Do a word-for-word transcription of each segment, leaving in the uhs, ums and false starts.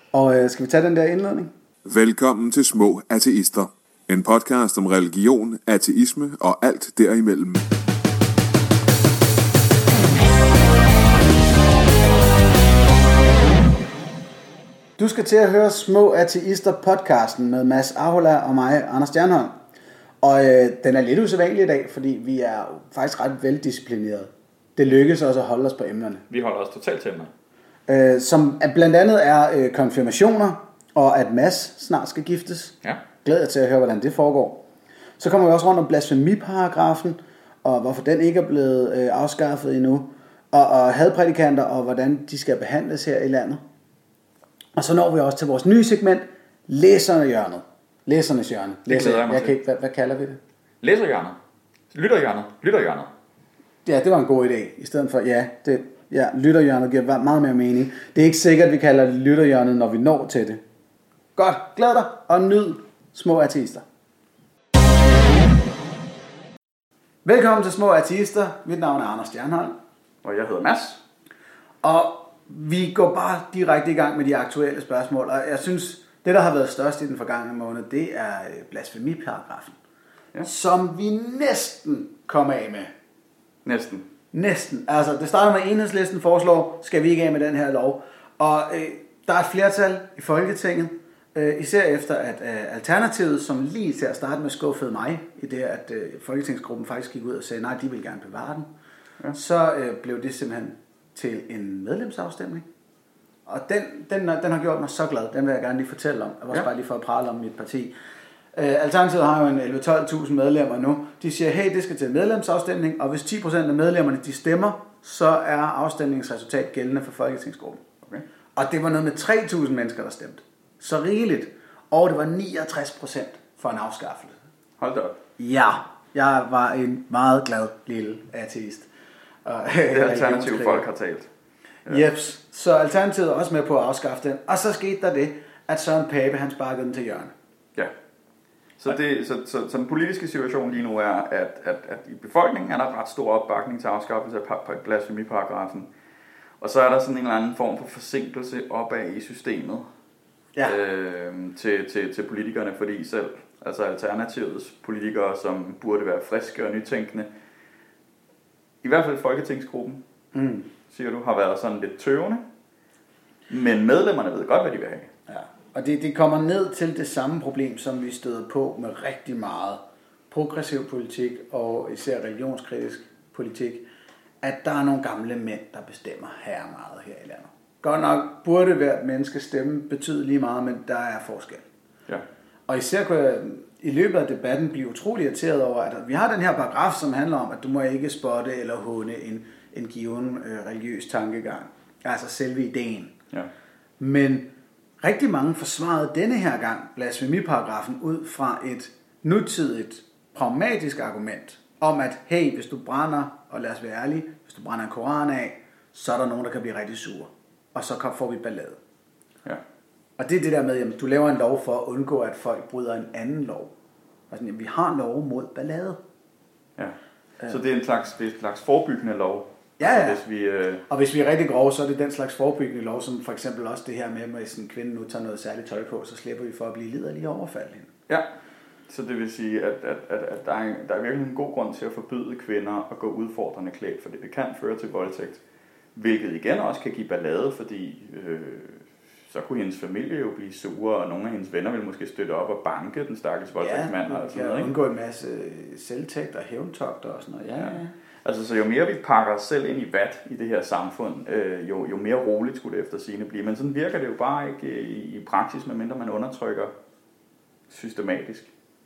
Og øh, skal vi tage den der indledning? Velkommen til Små Ateister. En podcast om religion, ateisme og alt derimellem. Du skal til at høre Små Ateister podcasten med Mads Ahola og mig, Anders Stjernholm. Og øh, den er lidt usædvanlig i dag, fordi vi er faktisk ret veldisciplineret. Det lykkes også at holde os på emnerne. Vi holder os totalt til emner. Øh, som blandt andet er øh, konfirmationer, og at Mads snart skal giftes. Ja. Glæder jeg til at høre, hvordan det foregår. Så kommer vi også rundt om blasfemiparagrafen, og hvorfor den ikke er blevet øh, afskaffet endnu. Og, og hadprædikanter, og hvordan de skal behandles her i landet. Og så når vi også til vores nye segment, Læserhjørnet. Læsernes hjørne. Læser, jeg mig jeg til. kan ikke, hvad, hvad kalder vi det? Læserhjørnet. Lytterhjørnet. Lytterhjørnet. Ja, det var en god idé. I stedet for, ja, det, ja lytterhjørnet giver meget mere mening. Det er ikke sikkert, at vi kalder det lytterhjørnet, når vi når til det. Godt, glæd dig og nyd Små Ateister. Velkommen til Små Ateister. Mit navn er Anders Stjernholm. Og jeg hedder Mads. Og vi går bare direkte i gang med de aktuelle spørgsmål. Og jeg synes, det der har været størst i den forgangne måned, det er blasfemiparagrafen. Ja. Som vi næsten kommer af med. Næsten. Næsten. Altså, det starter med, at Enhedslisten foreslår, skal vi ikke af med den her lov. Og øh, der er et flertal i Folketinget, øh, især efter, at øh, Alternativet, som lige til at starte med skuffede mig, i det, at øh, Folketingsgruppen faktisk gik ud og sagde, nej, de vil gerne bevare den. Ja. Så øh, blev det simpelthen til en medlemsafstemning. Og den, den, den har gjort mig så glad. Den vil jeg gerne lige fortælle om. Jeg var også ja. bare lige for at prale om mit parti. Uh, Alternativet har jo en elleve til tolv tusind medlemmer nu. De siger, hey, det skal til medlemsafstemning, og hvis ti procent af medlemmerne de stemmer, så er afstemningsresultat gældende for Folketingsgruppen. Okay. Og det var noget med tre tusind mennesker, der stemte. Så rigeligt. Og det var niogtres procent for en afskaffelse. Hold da op. Ja, jeg var en meget glad lille ateist. Og, det er Alternativet folk har talt. Ja. Jeps. Så Alternativet er også med på at afskaffe den. Og så skete der det, at Søren Pape, han sparkede den til hjørne. Ja. Så, det, så, så, så den politiske situation lige nu er, at, at, at i befolkningen er der ret stor opbakning til afskaffelse af blasfemiparagrafen. Og så er der sådan en eller anden form for forsinkelse opad i systemet ja. øh, til, til, til politikerne, fordi selv altså Alternativets politikere, som burde være friske og nytænkende, i hvert fald Folketingsgruppen, mm. siger du, har været sådan lidt tøvende. Men medlemmerne ved godt, hvad de vil have. Ja. Og det, det kommer ned til det samme problem, som vi støder på med rigtig meget progressiv politik og især religionskritisk politik, at der er nogle gamle mænd, der bestemmer her meget her i landet. Godt nok burde hvert menneske stemme betyde lige meget, men der er forskel. Ja. Og især kunne jeg i løbet af debatten blive utrolig irriteret over, at vi har den her paragraf, som handler om, at du må ikke spotte eller håne en, en given øh, religiøs tankegang. Altså selve ideen. Ja. Men rigtig mange forsvarede denne her gang blasfemiparagrafen ud fra et nutidigt, pragmatisk argument om, at hey, hvis du brænder, og lad os være ærlige, hvis du brænder en koran af, så er der nogen, der kan blive rigtig sure. Og så får vi ballade. Ja. Og det er det der med, at du laver en lov for at undgå, at folk bryder en anden lov. Altså, jamen, vi har en lov mod ballade. Ja. Så det er en slags, det er en slags forebyggende lov. Ja, ja. Hvis vi, øh... Og hvis vi er rigtig grove, så er det den slags forebyggende lov, som for eksempel også det her med, at hvis en kvinde nu tager noget særligt tøj på, så slipper vi for at blive liderlige overfaldet hende. Ja, så det vil sige, at, at, at, at der, er, der er virkelig en god grund til at forbyde kvinder at gå udfordrende klædt, for det kan føre til voldtægt. Hvilket igen også kan give ballade, fordi øh, så kunne hendes familie jo blive sure, og nogle af hendes venner vil måske støtte op og banke den stakkels voldtægtsmand. Ja, og sådan noget, ikke? Undgå en masse selvtægt og hævntogter og sådan noget. Ja, ja. Ja. Altså, så jo mere vi pakker os selv ind i vat i det her samfund, øh, jo, jo mere roligt skulle det efter sigende blive. Men sådan virker det jo bare ikke i, i praksis, medmindre man undertrykker systematisk.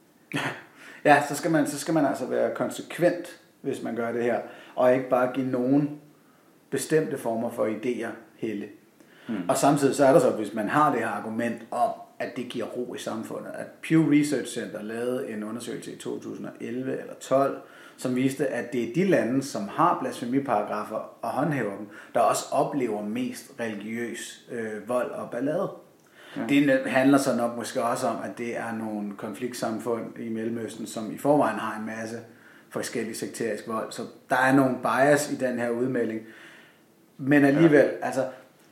Ja, så skal, man, så skal man altså være konsekvent, hvis man gør det her, og ikke bare give nogen bestemte former for idéer helle. Hmm. Og samtidig så er der så, hvis man har det her argument om, at det giver ro i samfundet, at Pew Research Center lavede en undersøgelse i to tusind og elleve eller tolv, som viste, at det er de lande, som har blasfemiparagrafer og håndhæver dem, der også oplever mest religiøs øh, vold og ballade. Ja. Det handler så nok måske også om, at det er nogle konfliktsamfund i Mellemøsten, som i forvejen har en masse forskellige sekterisk vold. Så der er nogle bias i den her udmelding. Men alligevel, ja. altså,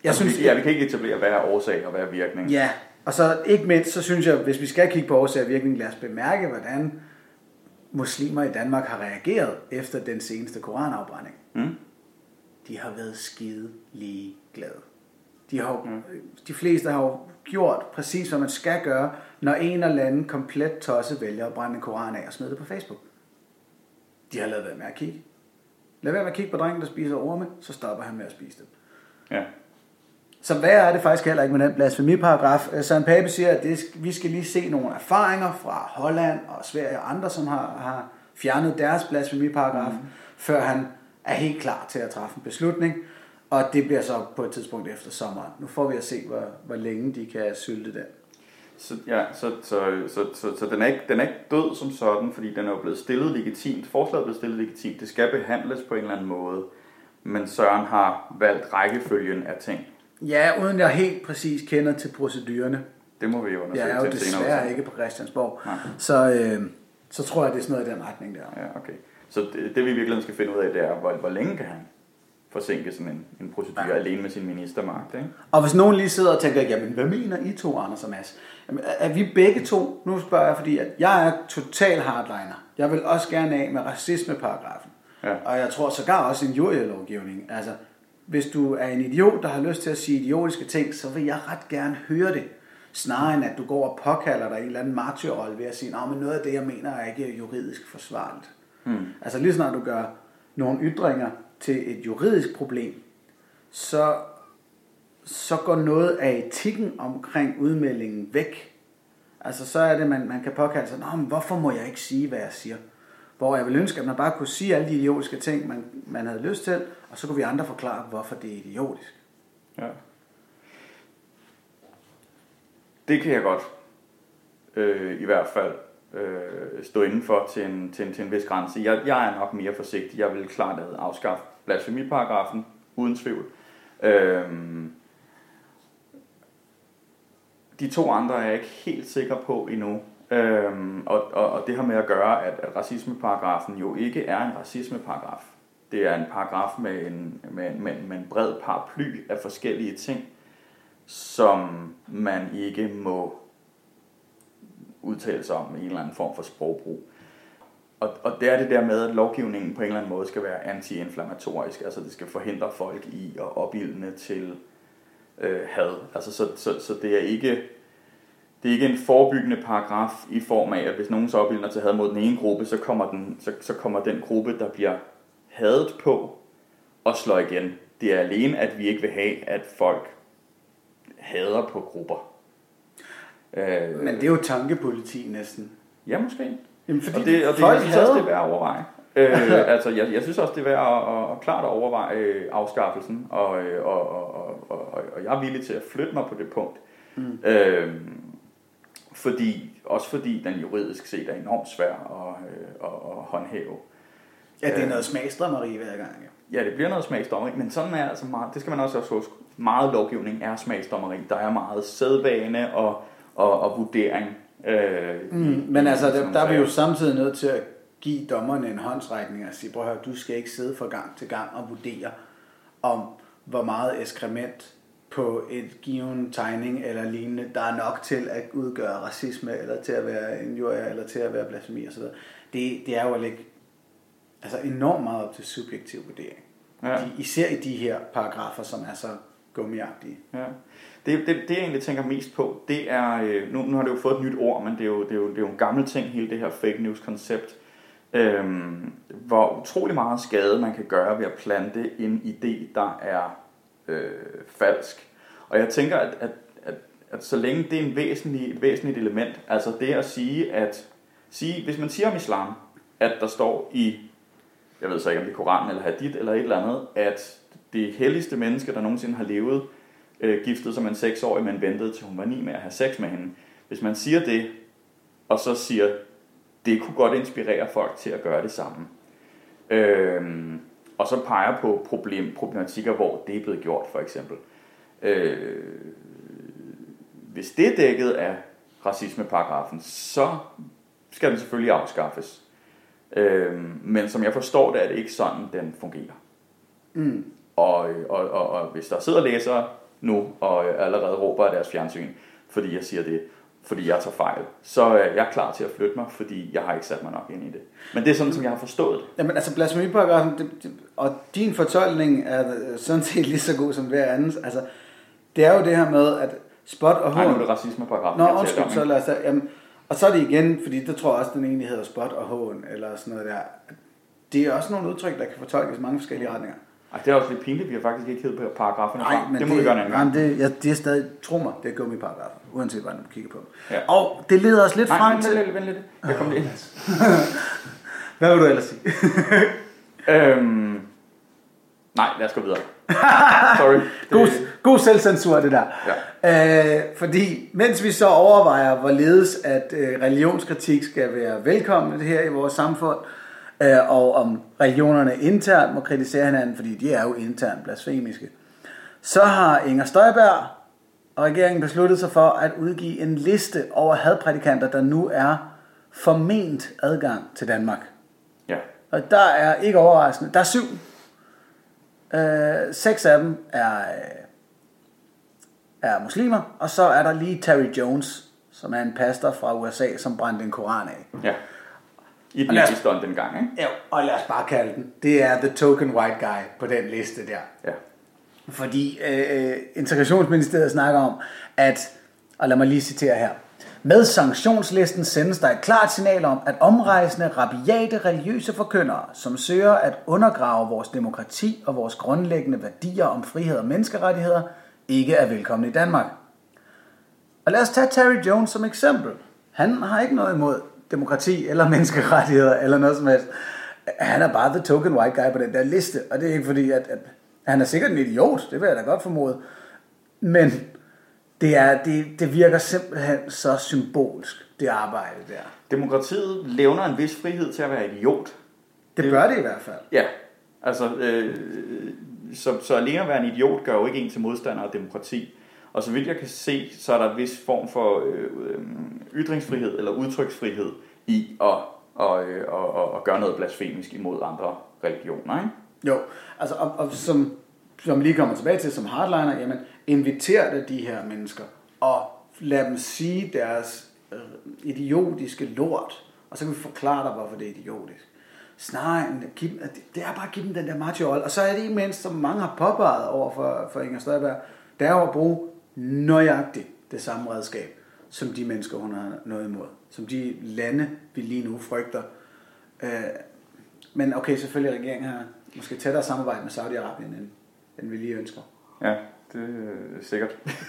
Jeg altså, synes, vi, ja, vi kan ikke etablere, hvad er årsag og hvad er virkning. Ja, og så ikke mindst, så synes jeg, hvis vi skal kigge på årsag og virkning, lad os bemærke, hvordan muslimer i Danmark har reageret efter den seneste koranafbrænding. Mm. De har været skide lige glade. De, har, mm. de fleste har jo gjort præcis, hvad man skal gøre, når en eller anden komplet tosse vælger at brænde en koran af og smide det på Facebook. De har lavet være med at kigge. Lad være med at kigge på drengen, der spiser orme, så stopper han med at spise dem. Ja. Så hvad er det faktisk heller ikke med den blasfemiparagraf? Søren Pape siger, at det, vi skal lige se nogle erfaringer fra Holland og Sverige og andre, som har, har fjernet deres blasfemiparagraf, mm. før han er helt klar til at træffe en beslutning. Og det bliver så på et tidspunkt efter sommeren. Nu får vi at se, hvor, hvor længe de kan sylte den. Så, ja, så, så, så, så, så den, er ikke, den er ikke død som sådan, fordi den er jo blevet stillet legitimt. Forslaget er blevet stillet legitimt. Det skal behandles på en eller anden måde. Men Søren har valgt rækkefølgen af ting. Ja, uden jeg helt præcis kender til procedurerne. Det må vi jo undersøge. Jeg er jo desværre ikke på Christiansborg. Så, øh, så tror jeg, det er sådan noget i den retning der. Ja, okay. Så det, det vi virkelig skal finde ud af, det er, hvor, hvor længe kan han forsinke sådan en, en procedure ja. alene med sin ministermagt, ikke? Og hvis nogen lige sidder og tænker, jamen hvad mener I to, Anders og Mads? Jamen, er vi begge to? Nu spørger jeg, fordi at jeg er total hardliner. Jeg vil også gerne af med racismeparagrafen. Ja. Og jeg tror sågar også en jurylovgivning. Altså, hvis du er en idiot, der har lyst til at sige idiotiske ting, så vil jeg ret gerne høre det. Snarere end at du går og påkalder dig en eller anden martyrrolle ved at sige, men noget af det, jeg mener, er ikke juridisk forsvarligt. Hmm. Altså lige snart du gør nogle ytringer til et juridisk problem, så, så går noget af etikken omkring udmeldingen væk. Altså så er det, man, man kan påkalde sig, men hvorfor må jeg ikke sige, hvad jeg siger? Hvor jeg vil ønske, at man bare kunne sige alle de idiotiske ting, man, man havde lyst til, og så kunne vi andre forklare, hvorfor det er idiotisk. Ja. Det kan jeg godt øh, i hvert fald øh, stå indenfor til en, til, en, til en vis grænse. Jeg, jeg er nok mere forsigtig. Jeg vil klart have afskaffe blasfemiparagrafen, uden tvivl. Øh, de to andre er jeg ikke helt sikker på endnu. Øhm, og, og, og det har med at gøre, at, at racismeparagrafen jo ikke er en racismeparagraf. Det er en paragraf med en, med, med, med en bred paraply af forskellige ting, som man ikke må udtale sig om i en eller anden form for sprogbrug. Og, og det er det der med, at lovgivningen på en eller anden måde skal være anti-inflammatorisk, altså det skal forhindre folk i at opildne til øh, had. Altså så, så, så det er ikke... Det er ikke en forebyggende paragraf i form af, at hvis nogen så opildner til had mod den ene gruppe, så kommer, den, så, så kommer den gruppe, der bliver hadet på, og slår igen. Det er alene, at vi ikke vil have, at folk hader på grupper. Men det er jo tankepoliti næsten. Ja, måske. Jamen, fordi og det, og det, jeg synes også, det er værd at overveje. øh, altså, jeg, jeg synes også, det er værd at, at, at klart at overveje øh, afskaffelsen, og, og, og, og, og, og jeg er villig til at flytte mig på det punkt. Mm. Øh, Fordi, også fordi den juridisk set er enormt svær at, øh, at, at håndhæve. Ja, det er noget smagsdommeri hver gang. Ja. Ja, det bliver noget smagsdommeri, men sådan er altså meget, det skal man også huske. Meget lovgivning er smagsdommeri. Der er meget sædvane og, og, og vurdering. Øh, mm, i, men altså, der, der er vi jo samtidig nødt til at give dommerne en håndsrækning og sige, prøv at høre, du skal ikke sidde fra gang til gang og vurdere om, hvor meget ekskrement på et given tegning eller lignende, der er nok til at udgøre racisme, eller til at være injurie, eller til at være blasfemi osv. Det, det er jo at lægge altså enormt meget op til subjektiv vurdering. Ja. De, især i de her paragrafer, som er så gummiagtige. Ja. Det, det, det jeg egentlig tænker mest på, det er, nu, nu har det jo fået et nyt ord, men det er jo, det er jo, det er jo en gammel ting, hele det her fake news koncept, øhm, hvor utrolig meget skade man kan gøre ved at plante en idé, der er øh, falsk. Og jeg tænker, at, at, at, at så længe det er en væsentlig, et væsentligt element, altså det at sige, at sige, hvis man siger om islam, at der står i, jeg ved så ikke om det er Koranen eller hadith eller et eller andet, at det helligste menneske, der nogensinde har levet, øh, giftede som en seksårig, men ventede til hun var ni med at have sex med hende. Hvis man siger det, og så siger, det kunne godt inspirere folk til at gøre det samme. Øhm, og så peger på problem, problematikker, hvor det er blevet gjort, for eksempel. Øh, hvis det er dækket af racismeparagrafen, så skal den selvfølgelig afskaffes. Øh, men som jeg forstår det, er det ikke sådan, den fungerer. Mm. Og, og, og, og hvis der sidder læsere nu, og øh, allerede råber af deres fjernsyn, fordi jeg siger det, fordi jeg tager fejl, så er jeg klar til at flytte mig, fordi jeg har ikke sat mig nok ind i det. Men det er sådan, som jeg har forstået det. Jamen altså blasfemiparagrafen, det, det, og din fortolkning er sådan set lige så god som hver andens. Altså, det er jo det her med, at spot og hån... Nej, nu er det racismeparagrafen. Nå, undskyld, så lad os da, jamen, og så er det igen, fordi det tror jeg også, den egentlig hedder spot og hån, eller sådan noget der. Det er også nogle udtryk, der kan fortolkes i mange forskellige retninger. Ej, det er også lidt pinligt, vi har faktisk ikke heddet paragraferne Nej, frem. men det må det, vi gøre en anden gang. Det, ja, det er stadig, tro mig, det er gummiparagrafen, uanset hvordan du kigger på dem. Ja. Og det leder os lidt Nej, frem vent til... lidt, vent lidt. Jeg kommer lige ind. Hvad vil du ellers sige? øhm, nej, lad os gå videre. Sorry. Det... God, god selvcensur, det der. Ja. Øh, fordi mens vi så overvejer, hvorledes at øh, religionskritik skal være velkommen her i vores samfund, øh, og om religionerne internt må kritisere hinanden, fordi de er jo internt blasfemiske, så har Inger Støjberg og regeringen besluttet sig for at udgive en liste over hadprædikanter, der nu er forment adgang til Danmark. Ja. Og der er ikke overraskende, der er syv. Øh, seks af dem er, øh, er muslimer, og så er der lige Terry Jones, som er en pastor fra U S A, som brændte en koran af. Ja. I den ikke stund den gang, ikke? Ja, og lad os bare kalde den. Det er the token white guy på den liste der. Ja. Fordi øh, Integrationsministeriet snakker om, at, og lad mig lige citere her, med sanktionslisten sendes der et klart signal om, at omrejsende, rabiate religiøse forkyndere, som søger at undergrave vores demokrati og vores grundlæggende værdier om frihed og menneskerettigheder, ikke er velkomne i Danmark. Og lad os tage Terry Jones som eksempel. Han har ikke noget imod demokrati eller menneskerettigheder eller noget som helst. Han er bare the token white guy på den der liste, og det er ikke fordi, at, at han er sikkert en idiot, det vil jeg da godt formode, men det, er, det, det virker simpelthen så symbolsk, det arbejde der. Demokratiet levner en vis frihed til at være idiot. Det, det bør det i hvert fald. Ja, altså, øh, så, så alene at være en idiot gør jo ikke en til modstander af demokrati. Og så vidt jeg kan se, så er der en vis form for øh, ytringsfrihed eller udtryksfrihed i at, og, øh, og, og, og gøre noget blasfemisk imod andre religioner, ikke? Jo, altså og, og som, som lige kommer tilbage til som hardliner, jamen inviter da de her mennesker og lad dem sige deres øh, idiotiske lort, og så kan vi forklare dig, hvorfor det er idiotisk. Snarere, det er bare at give dem den der macho-hold, og så er det imens, som mange har påpeget over for, for Inger Støjberg, det er jo at bruge nøjagtigt det samme redskab, som de mennesker, hun har noget imod, som de lande, vi lige nu frygter. Øh, men okay, selvfølgelig regeringen har måske tættere samarbejde med Saudi-Arabien, end, end vi lige ønsker. Ja, det er sikkert.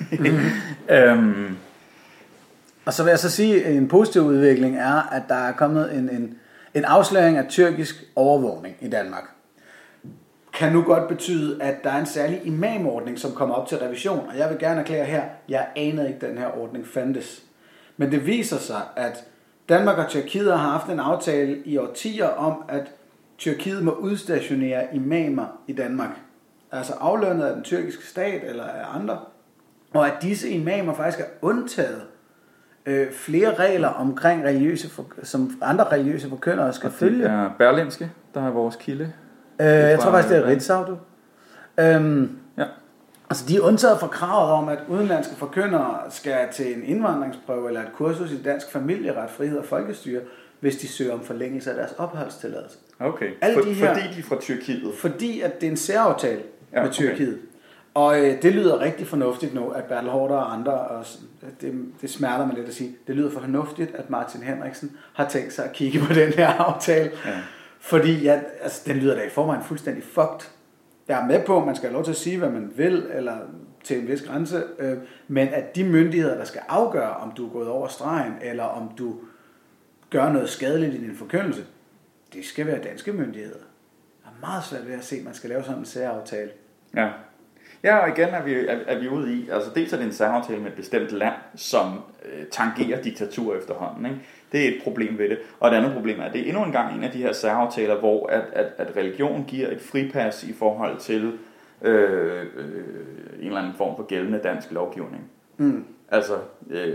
øhm. Og så vil jeg så sige, at en positiv udvikling er, at der er kommet en, en, en afsløring af tyrkisk overvågning i Danmark. Kan nu godt betyde, at der er en særlig imamordning, som kommer op til revision. Og jeg vil gerne erklære her, jeg anede ikke, at den her ordning fandtes. Men det viser sig, at Danmark og Tyrkiet har haft en aftale i årtier om, at Tyrkiet må udstationere imamer i Danmark. Altså aflønnet af den tyrkiske stat eller af andre. Og at disse imamer faktisk er undtaget øh, flere regler omkring religiøse, som andre religiøse forkyndere skal følge. Det er Berlinske, der er vores kilde. Øh, jeg tror faktisk, det er Ritzau, du. Øhm, ja. Altså, de er undtaget fra kravet om, at udenlandske forkyndere skal til en indvandringsprøve eller et kursus i dansk familieret, frihed og folkestyre, hvis de søger om forlængelse af deres opholdstilladelse. Okay, Alle For, de her, fordi de er fra Tyrkiet. Fordi at det er en særaftale ja, med Tyrkiet. Okay. Og øh, det lyder rigtig fornuftigt nu, at Bertel Haarder og andre, og det, det smerter mig lidt at sige, det lyder fornuftigt, at Martin Henriksen har tænkt sig at kigge på den her aftale. Ja. Fordi ja, altså, den lyder da i forvejen fuldstændig fucked. Jeg er med på, at man skal have lov til at sige, hvad man vil, eller til en vis grænse, øh, men at de myndigheder, der skal afgøre, om du er gået over stregen, eller om du gør noget skadeligt i din forkyndelse, det skal være danske myndigheder. Det er meget svært ved at se, at man skal lave sådan en særaftale. Ja. Ja, og igen er vi, er, er vi ude i, altså dels er det en særaftale med et bestemt land, som øh, tangerer diktatur efterhånden, ikke? Det er et problem ved det. Og et andet problem er, at det er endnu en gang en af de her særaftaler, hvor at, at, at religion giver et fripas i forhold til øh, øh, en eller anden form for gældende dansk lovgivning. Mm. Altså, øh,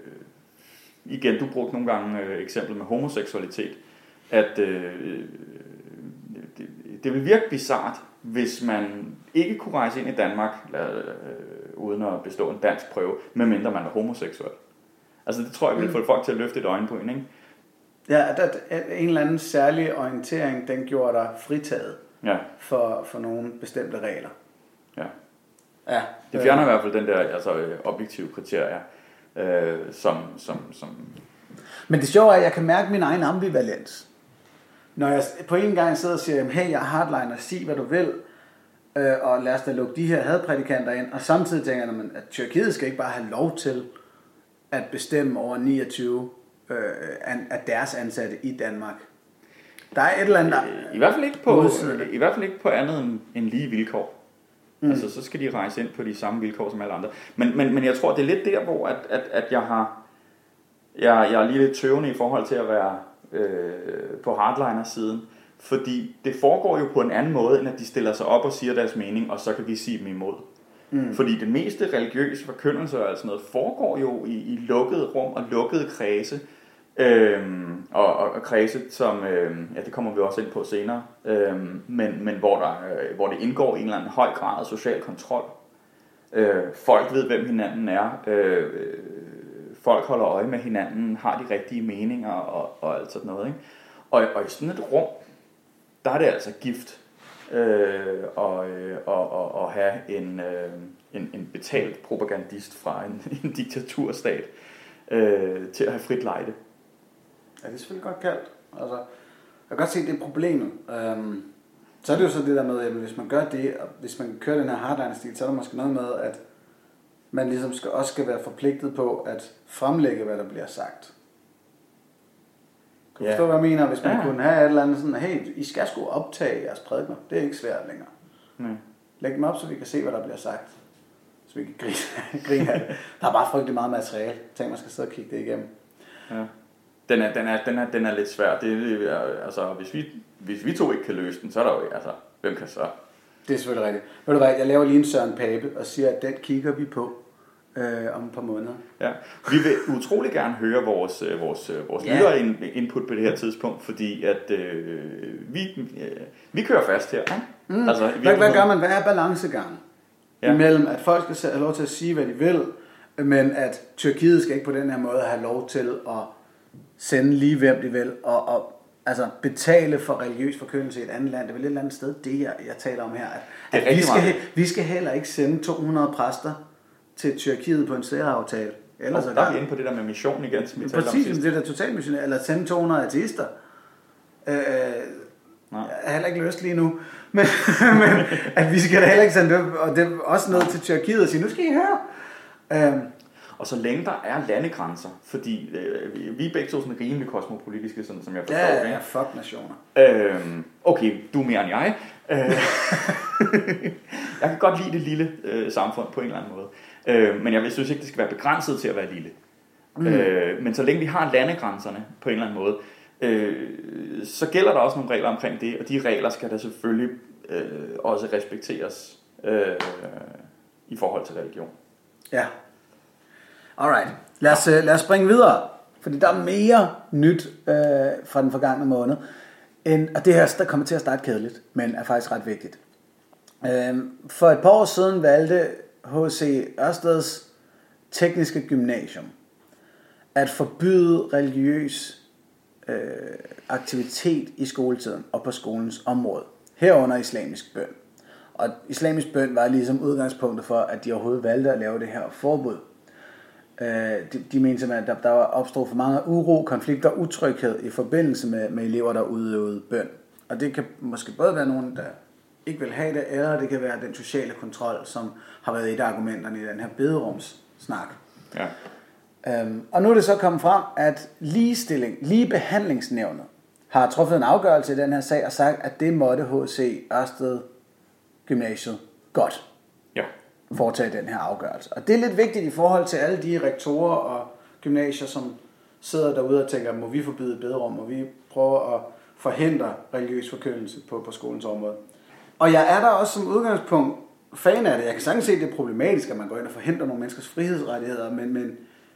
igen, du brugte nogle gange øh, eksempel med homoseksualitet, at øh, det, det vil virke bizart, hvis man ikke kunne rejse ind i Danmark, øh, uden at bestå en dansk prøve, medmindre man er homoseksuel. Altså det tror jeg vil få folk til at løfte et øjenbryn, ikke? Ja, at, at en eller anden særlig orientering, den gjorde dig fritaget ja. for, for nogle bestemte regler. Ja. Ja. Det fjerner i hvert fald den der altså, objektive kriterier, øh, som, som, som... Men det sjove er, at jeg kan mærke min egen ambivalens. Når jeg på en gang sidder og siger, hey, jeg er hardliner, sig hvad du vil, øh, og lad os da lukke de her hadprædikanter ind, og samtidig tænker jeg, at Tyrkiet skal ikke bare have lov til at bestemme over niogtyve øh, af deres ansatte i Danmark. Der er et eller andet, der... I, i, hvert fald ikke på, I hvert fald ikke på andet end, end lige vilkår. Mm. Altså, så skal de rejse ind på de samme vilkår som alle andre. Men, men, men jeg tror, det er lidt der, hvor at, at, at jeg har... Jeg, jeg er lige lidt tøvende i forhold til at være øh, på hardliner-siden. Fordi det foregår jo på en anden måde, end at de stiller sig op og siger deres mening, og så kan vi sige dem imod. Mm. Fordi det meste religiøse forkyndelse og sådan noget foregår jo i, i lukkede rum og lukkede kredse. Øhm, og, og, og kredse, som, øhm, ja, det kommer vi også ind på senere, øhm, men, men hvor, der, øh, hvor det indgår i en eller anden høj grad af social kontrol. Øh, folk ved, hvem hinanden er. Øh, folk holder øje med hinanden, har de rigtige meninger og, og alt sådan noget. Ikke? Og, og i sådan et rum, der er det altså gift øh, og, øh, og, og, og have en, øh, en, en betalt propagandist fra en, en diktaturstat øh, til at have frit lejde. Ja, det er selvfølgelig godt kaldt. Altså, jeg kan godt se, at det er problemet. Øhm, så er det jo så det der med, at hvis man gør det, og hvis man kører den her hardliner-stil, så er der måske noget med, at man ligesom skal, også skal være forpligtet på at fremlægge, hvad der bliver sagt. Kan du ja. forstå, hvad jeg mener? Hvis man ja. kunne have et eller andet sådan, hey, I skal sgu optage jeres prædikener. Det er ikke svært længere. Nej. Læg dem op, så vi kan se, hvad der bliver sagt. Så vi kan grine, grine af det. Der er bare frygtelig meget materiale. Tænk, man skal sidde og kigge det igennem. Ja. Den er, den, er, den, er, den er lidt svær. Det er, altså, hvis, vi, hvis vi to ikke kan løse den, så er der jo, altså, hvem kan så? Det er selvfølgelig rigtigt. Ved du hvad, jeg laver lige en Søren Pape og siger, at den kigger vi på øh, om et par måneder. Ja. Vi vil utrolig gerne høre vores, vores, vores yeah. lyttere input på det her tidspunkt, fordi at øh, vi, øh, vi kører fast her. Mm. Altså, hvad, hvad gør man? Hvad er balancegangen? Ja. Imellem, at folk skal have lov til at sige, hvad de vil, men at Tyrkiet skal ikke på den her måde have lov til at sende lige hvem de vil, og, og altså betale for religiøs forkyndelse i et andet land. Det er vel et eller andet sted, det jeg, jeg taler om her. At, at vi, skal, vi skal heller ikke sende to hundrede præster til Tyrkiet på en særaftale. Ellers oh, der er vi inde på det der med mission igen, som vi talte om sidst. Præcis, det der totalt mission, eller sende to hundrede ateister. Øh, jeg har heller ikke lyst lige nu, men, men at vi skal da heller ikke sende det, og det er også noget til Tyrkiet og sige, nu skal I høre. Øh, Og så længe der er landegrænser, fordi øh, vi er begge to sådan rimelig kosmopolitiske, sådan som jeg forstår det. Ja, ja, fuck nationer. Øhm, okay, du er mere end jeg. Øh, jeg kan godt lide det lille øh, samfund på en eller anden måde. Øh, men jeg synes ikke, det skal være begrænset til at være lille. Mm. Øh, men så længe vi har landegrænserne på en eller anden måde, øh, så gælder der også nogle regler omkring det, og de regler skal der selvfølgelig øh, også respekteres øh, i forhold til religion. Ja. Alright, lad os, lad os springe videre, fordi der er mere nyt øh, fra den forgangne måned, end, og det her der kommer til at starte kedeligt, men er faktisk ret vigtigt. Øh, for et par år siden valgte H C Ørsteds Tekniske Gymnasium at forbyde religiøs øh, aktivitet i skoletiden og på skolens område, herunder islamisk bøn. Og islamisk bøn var ligesom udgangspunktet for, at de overhovedet valgte at lave det her forbud. De, de mente simpelthen, at der, der var opstået for mange uro, konflikter og utryghed i forbindelse med, med elever, der udøvede bøn. Og det kan måske både være nogen, der ikke vil have det, eller det kan være den sociale kontrol, som har været et af argumenterne i den her bederumssnak. Ja. Øhm, og nu er det så kommet frem, at ligestilling, ligebehandlingsnævnet har truffet en afgørelse i den her sag og sagt, at det måtte H C Ørsted Gymnasiet godt Ja. foretage den her afgørelse. Og det er lidt vigtigt i forhold til alle de rektorer og gymnasier, som sidder derude og tænker, må vi forbyde bederum, må vi prøve at forhindre religiøs forkyndelse på, på skolens område. Og jeg er der også som udgangspunkt fan af det. Jeg kan sagtens se, at det er problematisk, at man går ind og forhindrer nogle menneskers frihedsrettigheder, men, men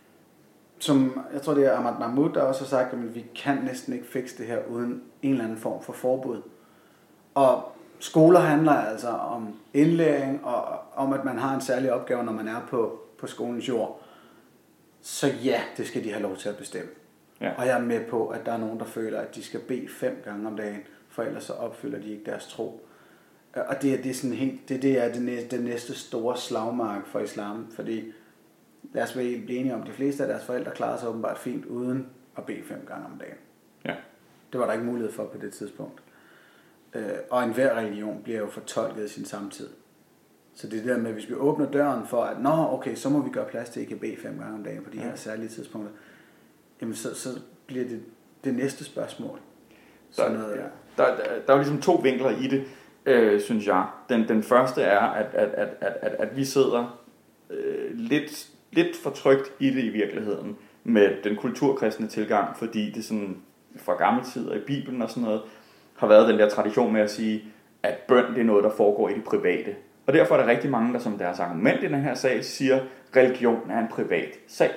som jeg tror, det er Ahmad Mahmoud, der også har sagt, at vi kan næsten ikke fikse det her uden en eller anden form for forbud. Og skoler handler altså om indlæring og om, at man har en særlig opgave, når man er på, på skolens jord. Så ja, det skal de have lov til at bestemme. Ja. Og jeg er med på, at der er nogen, der føler, at de skal bede fem gange om dagen, for ellers så opfylder de ikke deres tro. Og det er, det er, sådan helt, det, det er det, næste, det næste store slagmark for islam, fordi lad os blive enige om, de fleste af deres forældre klarer sig åbenbart fint uden at bede fem gange om dagen. Ja. Det var der ikke mulighed for på det tidspunkt. Og enhver religion bliver jo fortolket i sin samtid. Så det er der med, hvis vi åbner døren for, at nå, okay, så må vi gøre plads til, at I kan bede fem gange om dagen på de her særlige tidspunkter, jamen så, så bliver det det næste spørgsmål. Der, noget, ja. der, der, der er jo ligesom to vinkler i det, øh, synes jeg. Den, den første er, at, at, at, at, at, at vi sidder øh, lidt, lidt for trygt i det i virkeligheden, med den kulturkristne tilgang, fordi det sådan fra gamle tider i Bibelen og sådan noget, har været den der tradition med at sige, at bøn det er noget, der foregår i det private. Og derfor er der rigtig mange, der som deres argument i den her sag siger, religion er en privat sag.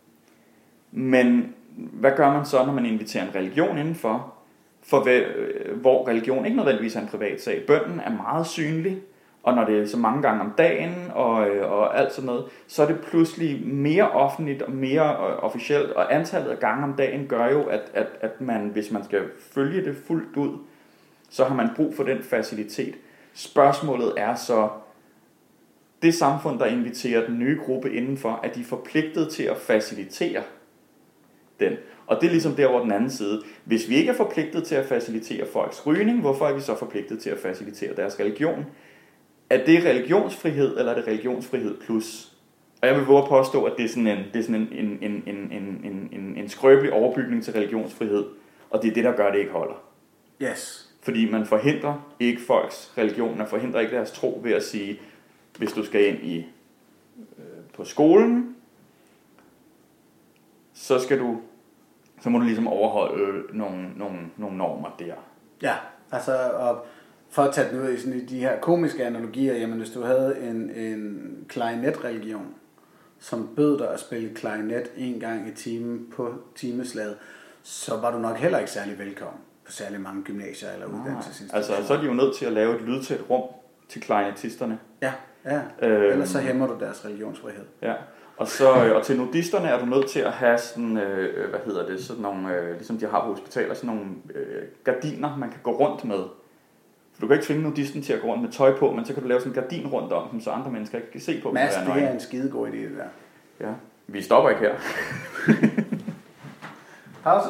Men hvad gør man så, når man inviterer en religion indenfor, for hvor religion ikke nødvendigvis er en privat sag? Bønnen er meget synlig, og når det er så mange gange om dagen og, og alt sådan noget, så er det pludselig mere offentligt og mere officielt, og antallet af gange om dagen gør jo, at, at, at man, hvis man skal følge det fuldt ud, så har man brug for den facilitet. Spørgsmålet er så, det samfund, der inviterer den nye gruppe indenfor, er de forpligtet til at facilitere den. Og det er ligesom der, hvor den anden side. Hvis vi ikke er forpligtet til at facilitere folks rygning, hvorfor er vi så forpligtet til at facilitere deres religion? Er det religionsfrihed, eller er det religionsfrihed plus? Og jeg vil våge at påstå, at det er sådan en, det er sådan en, en, en, en, en, en, en skrøbelig overbygning til religionsfrihed, og det er det, der gør, det ikke holder. Yes. Fordi man forhindrer ikke folks religion, man forhindrer ikke deres tro ved at sige, hvis du skal ind i øh, på skolen, så skal du, så må du ligesom overholde nogle, nogle, nogle normer der. Ja, altså og for at tage den ud i sådan de her komiske analogier, jamen hvis du havde en, en klarinetreligion, som bød dig at spille klarinet en gang i timen på timeslaget, så var du nok heller ikke særlig velkommen på særlig mange gymnasier eller uddannelsesinstitutioner. Altså så er de jo nødt til at lave et lydtæt rum til klarinetisterne. Ja, ja. Øhm, ellers så hæmmer du deres religionsfrihed. Ja. Og, så, og til nudisterne er du nødt til at have sådan, øh, hvad hedder det, sådan nogle, øh, ligesom de har på hospitaler, sådan nogle øh, gardiner, man kan gå rundt med. For du kan ikke tvinge nudisten til at gå rundt med tøj på, men så kan du lave sådan en gardin rundt om dem, så andre mennesker ikke kan se på dem. Mads, det er en skidegod idé, det der. Ja, vi stopper ikke her. Pause.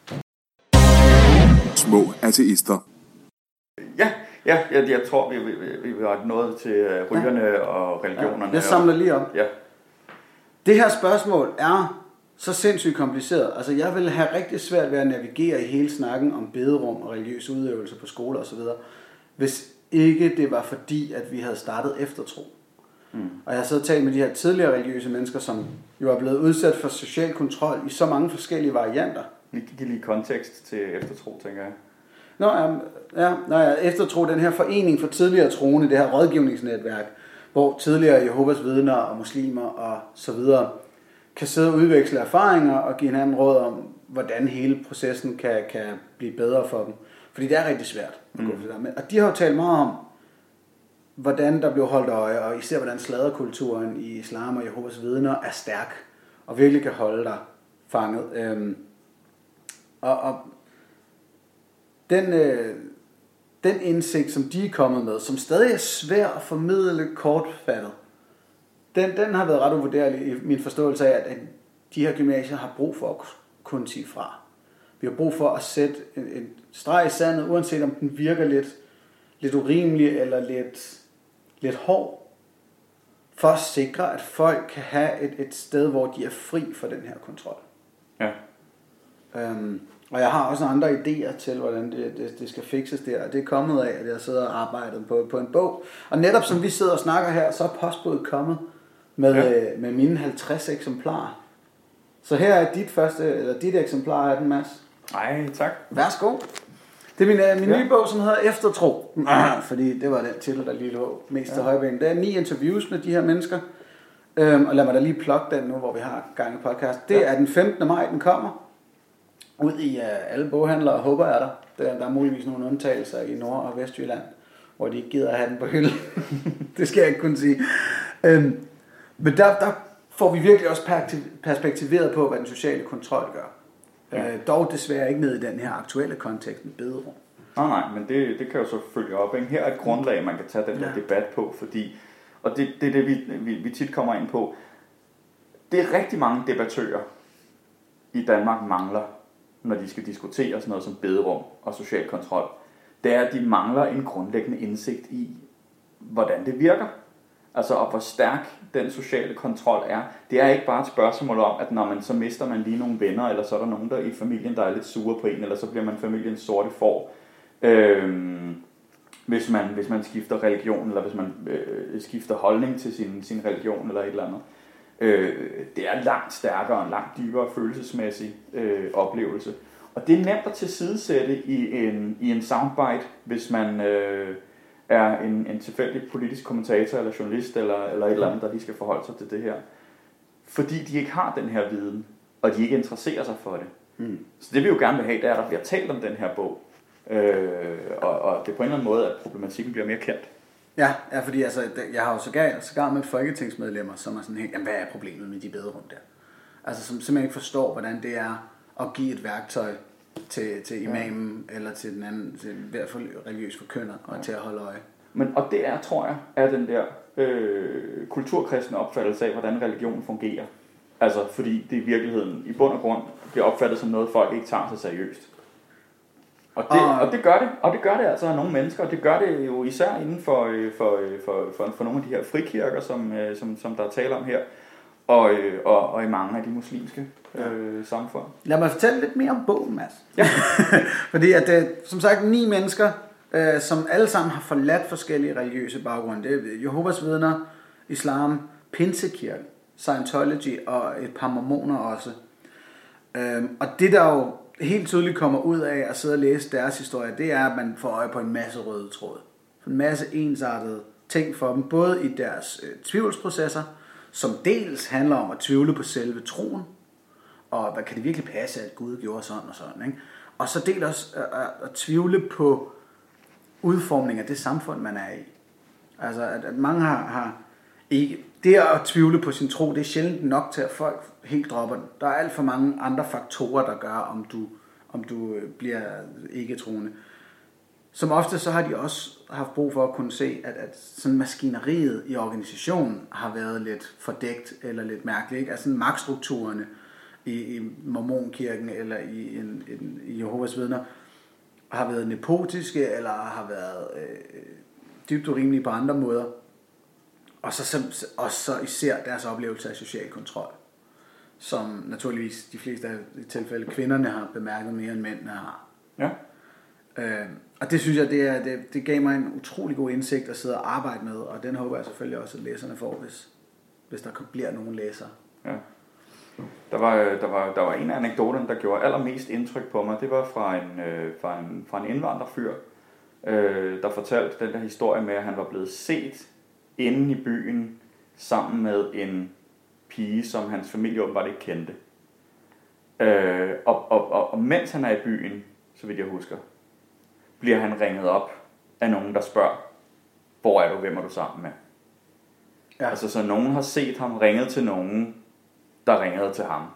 Små ateister. Ja, ja jeg, jeg tror, vi, vi, vi, vi har nået til rygerne ja. og religionerne. Ja, jeg samler lige op. Ja. Det her spørgsmål er så sindssygt kompliceret. Altså, jeg vil have rigtig svært ved at navigere i hele snakken om bederum og religiøs udøvelse på skoler osv., hvis ikke det var fordi, at vi havde startet eftertro. Mm. Og jeg har så talt med de her tidligere religiøse mennesker, som jo er blevet udsat for social kontrol i så mange forskellige varianter. Vi kan give lige kontekst til eftertro, tænker jeg. Nå, ja, ja, når jeg eftertro, den her forening for tidligere troende, det her rådgivningsnetværk, hvor tidligere Jehovas vidner og muslimer og så videre kan sidde og udveksle erfaringer og give hinanden råd om, hvordan hele processen kan, kan blive bedre for dem. Fordi det er rigtig svært at gå for det der. Og de har jo talt meget om, hvordan der blev holdt øje, og især hvordan sladderkulturen i islam og Jehovas vidner er stærk, og virkelig kan holde dig fanget. Øhm, og, og den, øh, den indsigt, som de er kommet med, som stadig er svær at formidle kortfattet, den, den har været ret uvurderlig i min forståelse af, at de her gymnasier har brug for at kunne sige fra. Vi har brug for at sætte en, en streg i sandet, uanset om den virker lidt, lidt urimelig eller lidt, lidt hård, for at sikre, at folk kan have et, et sted, hvor de er fri for den her kontrol. Ja. Øhm, og jeg har også andre idéer til, hvordan det, det, det skal fikses der, og det er kommet af, at jeg sidder og arbejder på, på en bog. Og netop som vi sidder og snakker her, så er postbuddet kommet med, ja. med mine halvtreds eksemplarer. Så her er dit første, eller dit eksemplar af den, Mads. Nej, tak. Værsgo. Det er min, min ja. nye bog, som hedder Eftertro. Ah, fordi det var den titel, der lige lå mest ja. til højbenet. Det er ni interviews med de her mennesker. Øhm, og lad mig da lige plukke den nu, hvor vi har gang i podcast. Det ja. er den femtende maj, den kommer. Ud i uh, alle boghandlere, håber jeg der. der. Der er muligvis nogle undtagelser i Nord- og Vestjylland. hvor de ikke gider at have den på hylden. Det skal jeg ikke kunne sige. Øhm, men der, der får vi virkelig også perspektiveret på, hvad den sociale kontrol gør. Ja. Øh, dog desværre ikke ned i den her aktuelle kontekst med bederum. Nej, nej, men det, det kan jo så følge op. Ikke? Her er et grundlag, man kan tage den der ja. debat på, fordi, og det, det er det, vi, vi, vi tit kommer ind på. Det er rigtig mange debattører i Danmark mangler, når de skal diskutere sådan noget som bederum og social kontrol. Det er, at de mangler en grundlæggende indsigt i, hvordan det virker. Altså, og hvor stærk den sociale kontrol er. Det er ikke bare et spørgsmål om, at når man så mister man lige nogle venner, eller så er der nogen der i familien, der er lidt sure på en, eller så bliver man familiens sorte får. Øhm, hvis, man, hvis man skifter religion, eller hvis man øh, skifter holdning til sin, sin religion, eller et eller andet. Øh, det er langt stærkere og en langt dybere følelsesmæssig øh, oplevelse. Og det er nemt at tilsidesætte i en, i en soundbite, hvis man øh, er en, en tilfældig politisk kommentator, eller journalist, eller, eller et eller andet, der lige skal forholde sig til det her. Fordi de ikke har den her viden, og de ikke interesserer sig for det. Mm. Så det vi jo gerne vil have, det er, at der bliver talt om den her bog. Øh, og, og det er på en eller anden måde, at problematikken bliver mere kendt. Ja, ja, fordi altså, jeg har jo sågar, sågar med folketingsmedlemmer, som er sådan helt, jamen hvad er problemet med de bederum der? Altså som simpelthen ikke forstår, hvordan det er at give et værktøj til, til imamen, ja. eller til den anden, til i hvert fald religiøs forkynder, og ja. til at holde øje. Men, og det er, tror jeg, er den der øh, kulturkristne opfattelse af, hvordan religion fungerer. Altså, fordi det i virkeligheden, i bund og grund, bliver opfattet som noget, folk ikke tager sig seriøst. Og det, og, og det gør det, og det gør det altså af nogle mennesker, og det gør det jo især inden for, for, for, for, for nogle af de her frikirker, som, som, som der er tale om her, og, og, og i mange af de muslimske øh, samfund. Lad mig fortælle lidt mere om bogen, Mads. Ja. Fordi at det som sagt ni mennesker, øh, som alle sammen har forladt forskellige religiøse baggrunde. Det er Jehovas vidner, islam, pinsekirken, Scientology og et par mormoner også. Øhm, og det der jo helt tydeligt kommer ud af at sidde og læse deres historie, det er, at man får øje på en masse røde tråde. En masse ensartede ting for dem, både i deres øh, tvivlsprocesser, som dels handler om at tvivle på selve troen, og hvad kan det virkelig passe, at Gud gjorde sådan og sådan, ikke? Og så dels også øh, at, at tvivle på udformningen af det samfund, man er i. Altså, at, at mange har, har ikke... Det at tvivle på sin tro, det er sjældent nok til, at folk helt dropper den. Der er alt for mange andre faktorer, der gør, om du, om du bliver ikke troende. Som ofte så har de også haft brug for at kunne se, at, at sådan maskineriet i organisationen har været lidt fordækt eller lidt mærkeligt. Ikke? Altså magtstrukturerne i, i mormonkirken eller i, en, en, i Jehovas vidner har været nepotiske eller har været øh, dybt urimelige på andre måder. Og så, og så især deres oplevelse af social kontrol, som naturligvis de fleste af de tilfælde kvinderne har bemærket mere end mændene har. Ja. Øh, og det synes jeg, det, er, det, det gav mig en utrolig god indsigt at sidde og arbejde med, og den håber jeg selvfølgelig også, at læserne får, hvis, hvis der bliver nogen læsere. Ja. Der var, der, var, der var en af anekdoterne, der gjorde allermest indtryk på mig. Det var fra en, øh, fra en, fra en indvandrerfyr, øh, der fortalte den der historie med, at han var blevet set inde i byen sammen med en pige, som hans familie åbenbart ikke kendte. Øh, og, og, og, og mens han er i byen, så vidt jeg husker, bliver han ringet op af nogen, der spørger, hvor er du, hvem er du sammen med? Ja. Altså, så nogen har set ham ringet til nogen, der ringede til ham.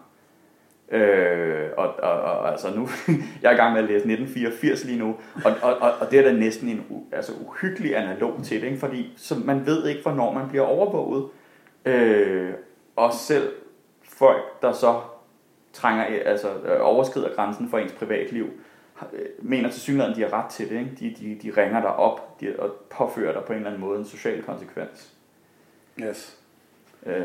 Øh, og, og, og altså nu, jeg er i gang med at læse nitten fireogfirs lige nu, og, og, og, og det er da næsten en altså, uhyggelig analog til det, ikke? Fordi så man ved ikke, hvornår man bliver overvåget. Øh, og selv folk, der så trænger, altså overskrider grænsen for ens privatliv, mener til synligheden, at de har ret til det. Ikke? De, de, de ringer dig op de, og påfører dig på en eller anden måde en social konsekvens. Yes. Øh,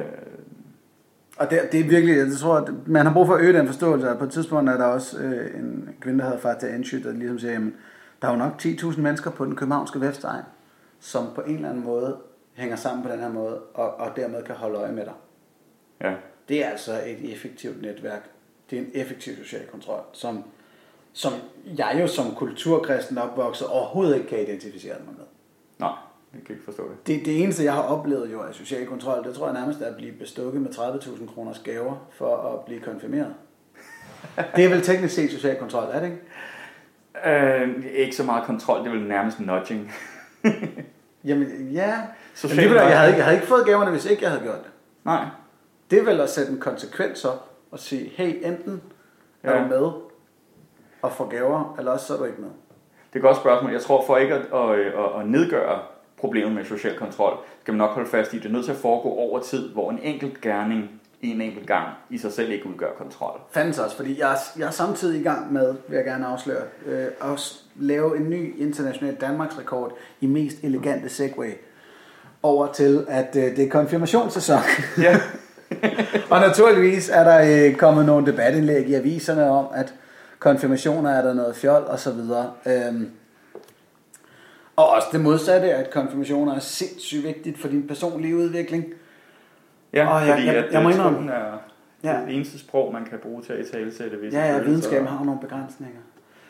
Og det, det er virkelig, jeg tror, at man har brug for at øge den forståelse. På et tidspunkt er der også øh, en kvinde, der hedder Fatah Enshy, der ligesom siger, jamen, der er jo nok ti tusind mennesker på den københavnske Vestegn, som på en eller anden måde hænger sammen på den her måde, og, og dermed kan holde øje med dig. Ja. Det er altså et effektivt netværk. Det er en effektiv social kontrol, som, som jeg jo som kulturkristen opvokset overhovedet ikke kan identificere mig med. Nej. Jeg kan ikke forstå det. det. Det eneste, jeg har oplevet jo af social kontrol, det tror jeg nærmest er at blive bestukket med tredive tusind kroners gaver for at blive konfirmeret. Det er vel teknisk set social kontrol, er det ikke? Øh, ikke så meget kontrol, det er vel nærmest nudging. Jamen, ja. Social Men, jeg, havde ikke, jeg havde ikke fået gaverne, hvis ikke jeg havde gjort det. Nej. Det er vel at sætte en konsekvens op og sige, hey, enten er Ja. du med og får gaver, eller også så er du ikke med. Det er et godt spørgsmål. Jeg tror, for ikke at, at, at, at nedgøre problemet med social kontrol, skal man nok holde fast i, det er nødt til at foregå over tid, hvor en enkelt gerning i en enkelt gang i sig selv ikke udgør kontrol. Fandens også, fordi jeg er, jeg er samtidig i gang med, vil jeg gerne afsløre, øh, at lave en ny international Danmarks rekord i mest elegante segway over til, at øh, det er konfirmationssæson. Ja. Og naturligvis er der øh, kommet nogle debatindlæg i aviserne om, at konfirmationer er der noget fjol og så videre. Øhm, og også det modsatte, at konfirmationer er sindssygt vigtigt for din personlige udvikling. Ja, Og jeg- fordi jeg- at jeg må øh, indrømme- troen er Ja. det eneste sprog, man kan bruge til at italesætte visse Ja, ja, følelser. videnskaben har jo nogle begrænsninger.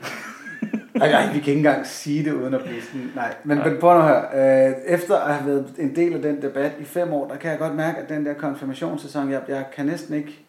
Ej, nej, vi kan ikke engang sige det uden at blive sådan. Nej, men, men prøv nu at høre. Øh, efter at have været en del af den debat i fem år, der kan jeg godt mærke, at den der konfirmationssæson, jeg, jeg kan næsten ikke...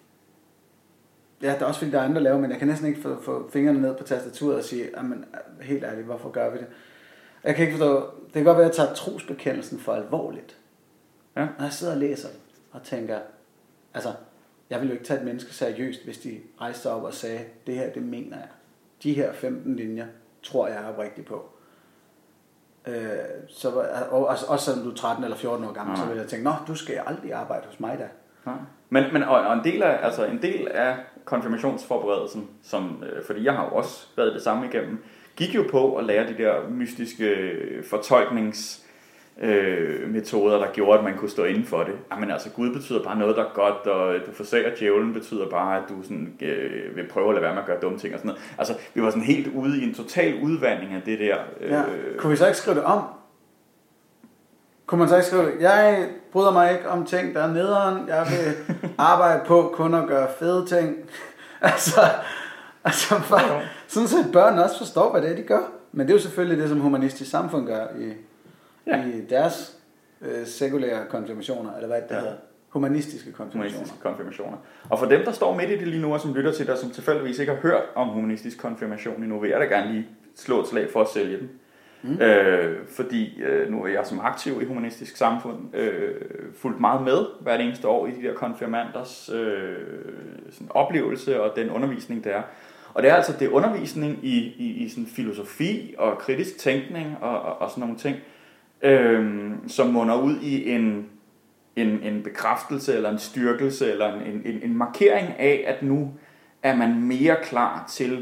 Ja, det er også fordi, der er andre, der laver, men jeg kan næsten ikke få, få fingrene ned på tastaturet og sige, jamen, helt ærligt, hvorfor gør vi det? Jeg kan ikke forstå... Det kan godt være, at jeg tager trosbekendelsen for alvorligt. Ja. Når jeg sidder og læser den og tænker, altså, jeg ville jo ikke tage et menneske seriøst, hvis de rejste sig op og sagde, det her, det mener jeg. De her femten linjer, tror jeg er oprigtigt på. Øh, så, og, og, også selvom du er tretten eller fjorten år gammel, Nej. så vil jeg tænke, nå, du skal aldrig arbejde hos mig da. Nej. Men, men og, og en del af altså en del af konfirmationsforberedelsen, som øh, fordi jeg har jo også været det samme igennem, gik jo på at lære de der mystiske øh, fortolknings øh, metoder, der gjorde, at man kunne stå inden for det. Jamen altså, Gud betyder bare noget, der er godt, og du forsager djævlen betyder bare, at du sådan, øh, vil prøve at lade være med at gøre dumme ting og sådan noget. Altså, vi var sådan helt ude i en total udvandring af det der. Øh, Ja. Kunne vi så ikke skrive det om? Kunne man så ikke skrive det? Jeg bryder mig ikke om ting, der er nederen. Jeg vil arbejde på kun at gøre fede ting. altså, altså bare, sådan så børn også forstår, hvad det er, de gør. Men det er jo selvfølgelig det, som Humanistisk Samfund gør i, Ja. i deres øh, sekulære konfirmationer, eller hvad det Ja. hedder. Humanistiske konfirmationer. humanistiske konfirmationer. Og for dem, der står midt i det lige nu, og som lytter til dig, som tilfældigvis ikke har hørt om humanistisk konfirmation endnu, vil jeg da gerne lige slå et slag for at sælge den. Mm. Øh, fordi øh, nu er jeg som aktiv i Humanistisk Samfund øh, fulgt meget med hvert eneste år i de der konfirmanders øh, sådan oplevelse og den undervisning, der er. Og det er altså det er undervisning i, i, i sådan filosofi og kritisk tænkning og, og, og sådan nogle ting, øh, som munder ud i en En, en bekræftelse eller en styrkelse eller en, en, en markering af, at nu er man mere klar til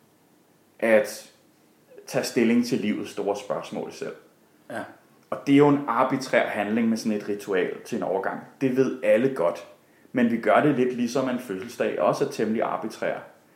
at tage stilling til livets store spørgsmål selv. Ja. Og det er jo en arbitrær handling med sådan et ritual til en overgang. Det ved alle godt. Men vi gør det lidt ligesom en fødselsdag, også er temmelig arbitrær.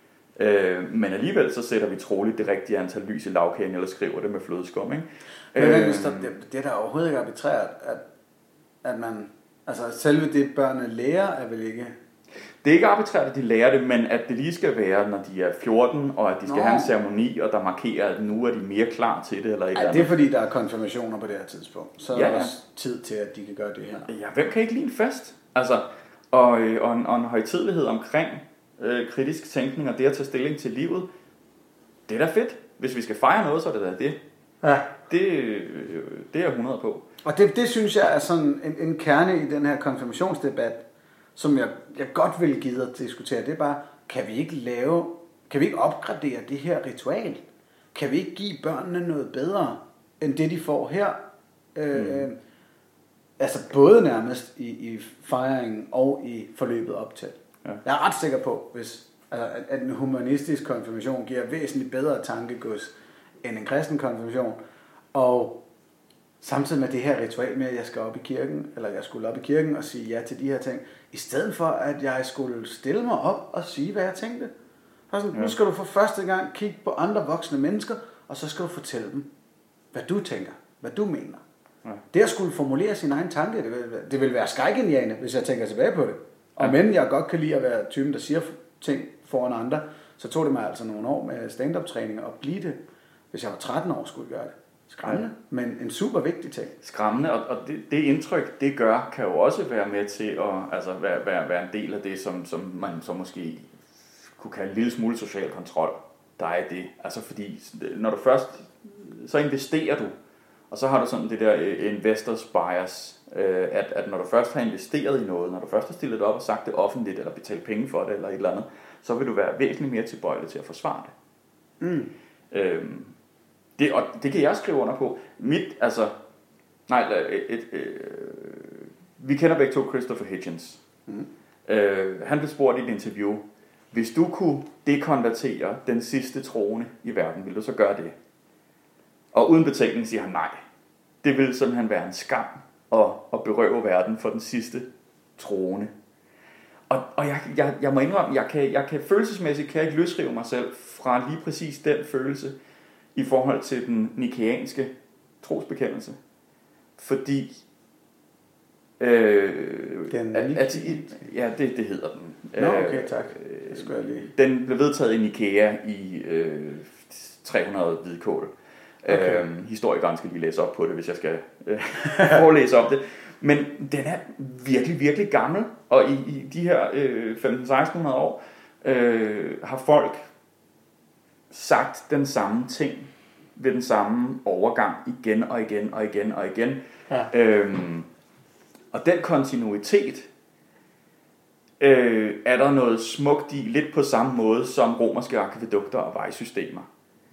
Øh, men alligevel så sætter vi troligt det rigtige antal lys i lavkagen, eller skriver det med flødeskum, ikke? Men Øh, det, det, det der er overhovedet ikke arbitrært, at, at man, altså selve det børnene lærer, er vel ikke... Det er ikke arbitrært, at de lærer det, men at det lige skal være, når de er fjorten, og at de skal Nå. have en ceremoni, og der markerer, at nu er de mere klar til det, eller et eller Ej, andet. det er fordi, der er konfirmationer på det her tidspunkt. Så er Ja, der ja. også tid til, at de kan gøre det her. Ja, hvem kan ikke lide en fest? Altså, og, øh, og, en, og en højtidelighed omkring øh, kritisk tænkning, og det at tage stilling til livet, det er da fedt. Hvis vi skal fejre noget, så er det da det. Ja. Det, øh, det er jeg hundrede på. Og det, det synes jeg er sådan en, en kerne i den her konfirmationsdebat, som jeg, jeg godt vil give at diskutere. Det er bare, kan vi ikke lave, kan vi ikke opgradere det her ritual? Kan vi ikke give børnene noget bedre, end det de får her? Øh, mm. Altså både nærmest i, i fejringen og i forløbet op til. Ja. Jeg er ret sikker på, hvis, altså, at, at en humanistisk konfirmation giver væsentligt bedre tankegods end en kristen konfirmation. Og samtidig med det her ritual med, at jeg skal op i kirken, eller jeg skulle op i kirken og sige ja til de her ting, i stedet for, at jeg skulle stille mig op og sige, hvad jeg tænkte. Sådan, Ja. Nu skal du for første gang kigge på andre voksne mennesker, og så skal du fortælle dem, hvad du tænker, hvad du mener. Ja. Det at skulle formulere sin egen tanke, det vil, det vil være skrækindjagende, hvis jeg tænker tilbage på det. Og Ja. men jeg godt kan lide at være typen, der siger ting foran andre, så tog det mig altså nogle år med stand-up træning at blive det, hvis jeg var tretten år skulle gøre det. Skræmmende, ja. Men en super vigtig ting. Skræmmende, og, og det, det indtryk, det gør, kan jo også være med til at altså, være, være, være en del af det, som, som man så måske kunne kalde en lille smule social kontrol, der er det. Altså fordi, når du først, så investerer du, Og så har du sådan det der investors bias, øh, at, at når du først har investeret i noget, når du først har stillet det op og sagt det offentligt, eller betalt penge for det, eller et eller andet, så vil du være væsentligt mere tilbøjelig til at forsvare det. Mm. Øhm, det, og det kan jeg skrive under på. Mit, altså, nej, et, et, et, vi kender begge to Christopher Hitchens. Mm. Øh, han blev spurgt i et interview, hvis du kunne dekonvertere den sidste trone i verden, ville du så gøre det? Og uden betænkning siger han nej. Det ville simpelthen være en skam at, at berøve verden for den sidste trone. Og, og jeg, jeg, jeg må indrømme, jeg kan, jeg kan følelsesmæssigt kan jeg ikke løsrive mig selv fra lige præcis den følelse i forhold til den nikæanske trosbekendelse. Fordi øh, den at, at, ja, det, det hedder den. Nå, okay, tak. Det skal jeg lige. Den blev vedtaget i Nikæa i øh, tre hundrede hvidkål. Okay. Øhm, historikeren skal lige læse op på det, hvis jeg skal øh, forelæse om det. Men den er virkelig, virkelig gammel, og i, i de her øh, femten til seksten hundrede år øh, har folk sagt den samme ting ved den samme overgang igen og igen og igen og igen. Ja. Øhm, og den kontinuitet øh, er der noget smukt i, lidt på samme måde som romerske akvædukter og vejsystemer.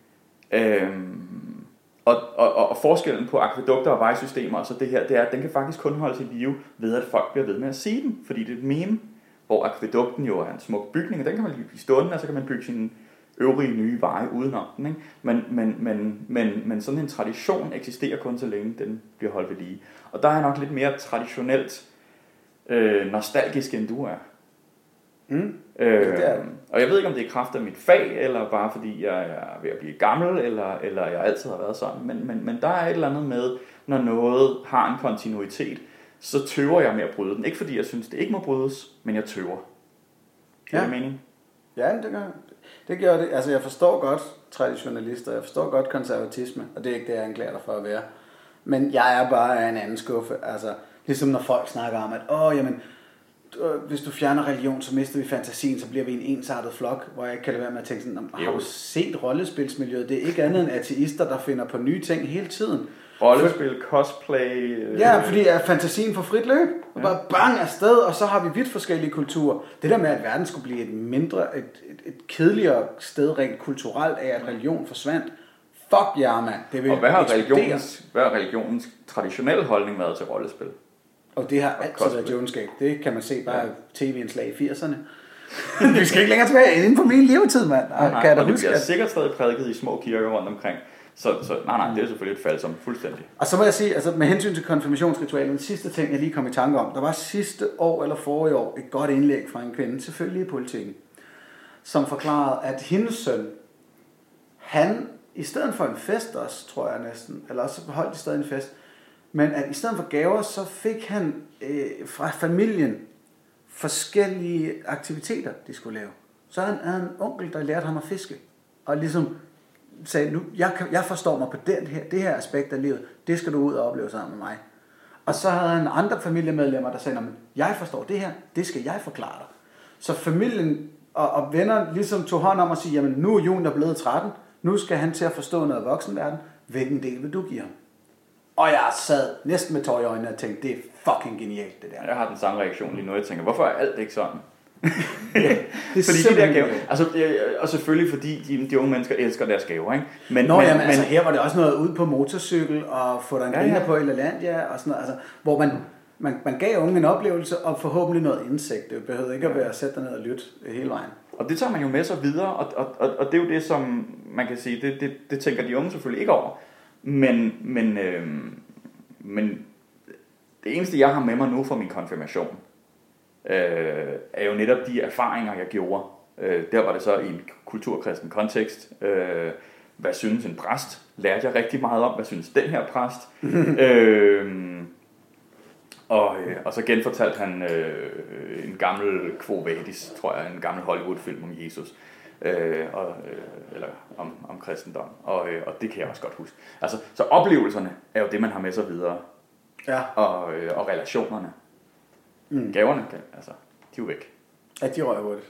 Øhm, og, og, og forskellen på akvædukter og vejsystemer og så det her, det er, at den kan faktisk kun holde til live ved, at folk bliver ved med at sige den, fordi det er et meme, hvor akvædukten jo er en smuk bygning, og den kan man blive stående, og så kan man bygge sine øvrige nye veje udenom den, ikke? Men, men, men, men, men sådan en tradition eksisterer kun så længe den bliver holdt ved lige. Og der er nok lidt mere traditionelt øh, nostalgisk, end du er. Mm. Øh, og jeg ved ikke, om det er kraft af mit fag, eller bare fordi jeg er ved at blive gammel, eller, eller jeg altid har været sådan. Men, men, men der er et eller andet med, når noget har en kontinuitet, så tøver jeg med at bryde den. Ikke fordi jeg synes, det ikke må brydes, men jeg tøver. Giver det mening? Ja, det gør det. Gør det. Altså, jeg forstår godt traditionalister, jeg forstår godt konservatisme, og det er ikke det, jeg anklager dig for at være. Men jeg er bare af en anden skuffe. Altså, ligesom når folk snakker om, at åh, jamen, hvis du fjerner religion, så mister vi fantasien, så bliver vi en ensartet flok, hvor jeg ikke kan lade være med at tænke sådan, har du set rollespilsmiljøet? Det er ikke andet end ateister, der finder på nye ting hele tiden. Rollespil, cosplay... Øh... Ja, fordi er fantasien for frit løb, og bare bang afsted, og så har vi vidt forskellige kulturer. Det der med, at verden skulle blive et mindre, et, et, et kedeligere sted rent kulturelt af, at religion forsvandt, fuck ja, mand. Det vil og hvad har, religionens, hvad har religionens traditionelle holdning været til rollespil? Og det har altid været djævelskab. Det kan man se bare ja. tv-indslag i firserne. Vi skal ikke længere tilbage inden for min levetid, mand. Nej, nej, kan og det bliver at... sikkert stadig prædiket i små kirker rundt omkring. Så, så nej, nej, det er selvfølgelig et fald som fuldstændig. Og så må jeg sige, altså med hensyn til konfirmationsritualet, den sidste ting, jeg lige kom i tanke om, der var sidste år eller forrige år et godt indlæg fra en kvinde, selvfølgelig i politikken, som forklarede, at hendes søn, han i stedet for en fest også, tror jeg næsten, eller også holdt de stadig en fest, men at i stedet for gaver, så fik han øh, fra familien forskellige aktiviteter, de skulle lave. Så havde han en onkel, der lærte ham at fiske, og ligesom sagde, nu, jeg, jeg forstår mig på den her, det her aspekt af livet, det skal du ud og opleve sammen med mig. Og så havde han andre familiemedlemmer, der sagde, jeg forstår det her, det skal jeg forklare dig. Så familien og, og venner ligesom tog hånd om at sige, jamen nu er Junior blevet tretten, nu skal han til at forstå noget af voksenverden, hvilken del vil du give ham? Og jeg sad næsten med tår i øjnene og tænkte, det er fucking genialt det der. Jeg har den samme reaktion lige nu, jeg tænker, hvorfor er alt ikke sådan? Ja, det er fordi de der gaver, altså, og selvfølgelig fordi de, de unge mennesker elsker deres gaver, ikke? Men, Nå, men, jamen, men altså, her var det også noget ude på motorcykel og få dig en ja, griner ja. på i LaLandia og sådan noget, altså, hvor man, man, man gav unge en oplevelse og forhåbentlig noget indsigt. Det behøvede ikke at være at sætte dig ned og lytte hele vejen. Og det tager man jo med sig videre, og, og, og, og det er jo det, som man kan sige, det, det, det tænker de unge selvfølgelig ikke over. Men, men, øh, men det eneste, jeg har med mig nu fra min konfirmation, øh, er jo netop de erfaringer, jeg gjorde. Øh, der var det så i en kulturkristen kontekst. Øh, hvad synes en præst? Lærte jeg rigtig meget om. Hvad synes den her præst? øh, og, øh, og så genfortalte han øh, en gammel Quo Vadis, tror jeg, en gammel Hollywood-film om Jesus. Øh, og, øh, eller om, om kristendom, og, øh, og det kan jeg også godt huske. Altså, så oplevelserne er jo det, man har med sig videre, ja. og, øh, og relationerne, mm. gaverne, altså, de er jo væk. Ja, de rører hurtigt.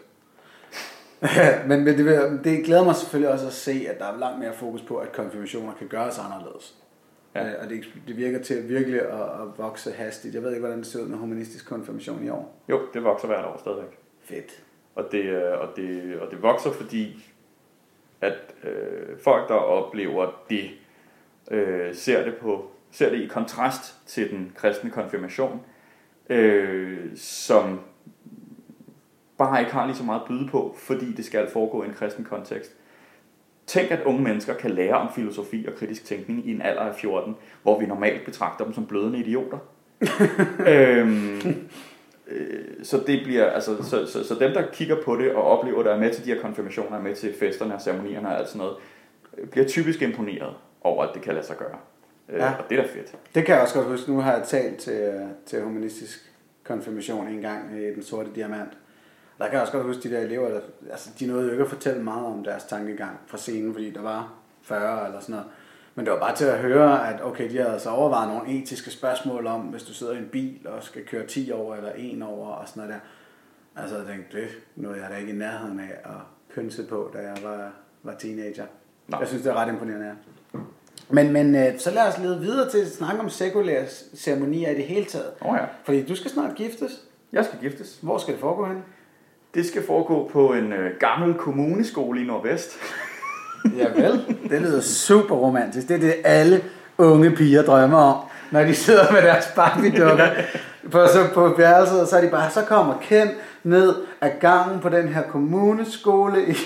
men men det, det glæder mig selvfølgelig også at se, at der er langt mere fokus på, at konfirmationer kan gøres anderledes. ja. og det, det virker til virkelig at, at vokse hastigt. Jeg ved ikke, hvordan det ser ud med humanistisk konfirmation i år. Jo, det vokser hvert år stadigvæk. Fedt. Og det, og det, og det vokser, fordi at øh, folk, der oplever det, øh, ser det på ser det i kontrast til den kristne konfirmation, øh, som bare ikke har lige så meget at byde på, fordi det skal foregå i en kristen kontekst. Tænk, at unge mennesker kan lære om filosofi og kritisk tænkning i en alder af fjorten, hvor vi normalt betragter dem som blødende idioter. øhm, øh, så det bliver, altså, så, så, så dem, der kigger på det og oplever, der er med til de her konfirmationer, er med til festerne og ceremonierne og alt sådan noget, bliver typisk imponeret over, at det kan lade sig gøre. Ja. Og det er da fedt. Det kan jeg også godt huske. Nu har jeg talt til, til humanistisk konfirmation en gang i Den Sorte Diamant. Der kan jeg også godt huske de der elever, der, altså de nåede jo ikke at fortælle meget om deres tankegang fra scenen, fordi der var fyrre eller sådan noget. Men det var bare til at høre, at okay, de havde altså overvejet nogle etiske spørgsmål om, hvis du sidder i en bil og skal køre ti over eller en over og sådan noget der. Altså jeg tænkte, det nåede jeg da ikke i nærheden af at pynse på, da jeg var, var teenager. Nå. Jeg synes, det er ret imponerende, ja. Men, men så lad os lede videre til at snakke om sekulære ceremonier i det hele taget. Oh ja. Fordi du skal snart giftes. Jeg skal giftes. Hvor skal det foregå hen? Det skal foregå på en øh, gammel kommuneskole i Nordvest. Javel, det lyder super romantisk. Det er det, alle unge piger drømmer om, når de sidder med deres Barbie-dukker på, så på værelset, og så er de bare, så kommer Ken ned ad gangen på den her kommuneskole i...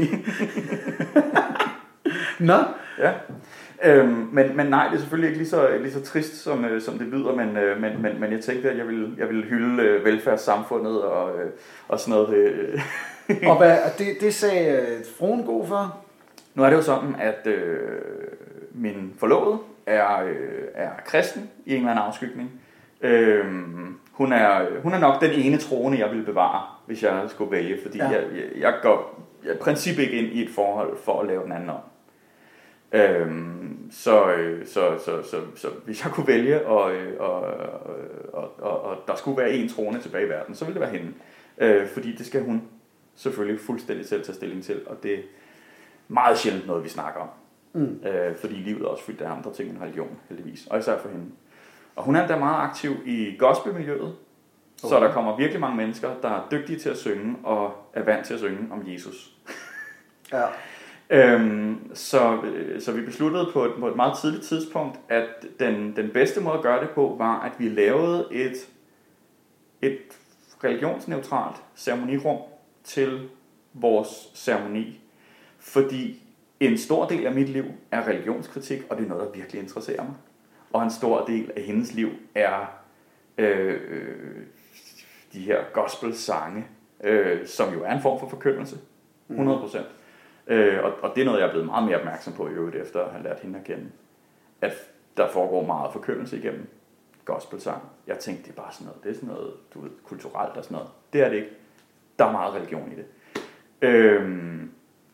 Nå? Ja. Øhm, men, men nej, det er selvfølgelig ikke lige så, lige så trist, som, øh, som det lyder, men, øh, men, men, men jeg tænkte, at jeg ville, jeg ville hylde øh, velfærdssamfundet og, øh, og sådan noget. Øh. Og hvad, det, det sagde øh, fruen god for? Nu er det jo sådan, at øh, min forlovede er, øh, er kristen i en eller anden afskygning. Øh, hun, er, hun er nok den ene troende, jeg ville bevare, hvis jeg skulle vælge, fordi ja. jeg, jeg, jeg går i princippet ikke ind i et forhold for at lave den anden om. Øhm, så, så, så, så, så hvis jeg kunne vælge, og, og, og, og, og der skulle være en troende tilbage i verden, så ville det være hende. Øh, fordi det skal hun selvfølgelig fuldstændig selv tage stilling til, og det er meget sjældent noget, vi snakker om. Mm. Øh, fordi livet er også fyldt af andre ting end religion, heldigvis, og især for hende. Og hun er endda meget aktiv i gospelmiljøet, okay. Så der kommer virkelig mange mennesker, der er dygtige til at synge, og er vant til at synge om Jesus. Ja. Øhm, så, så vi besluttede på et, på et meget tidligt tidspunkt, at den, den bedste måde at gøre det på, var, at vi lavede et, et religionsneutralt ceremonirum til vores ceremoni. Fordi en stor del af mit liv er religionskritik, og det er noget, der virkelig interesserer mig. Og en stor del af hendes liv er øh, øh, de her gospel-sange, øh, som jo er en form for forkyndelse, hundrede procent. Øh, og, og det er noget, jeg er blevet meget mere opmærksom på i øvrigt, efter at have lært hende at kende. At der foregår meget forkyndelse igennem gospelsang. Jeg tænkte, det er bare sådan noget, det er sådan noget, du ved, kulturelt og sådan noget. Det er det ikke. Der er meget religion i det. Øhm,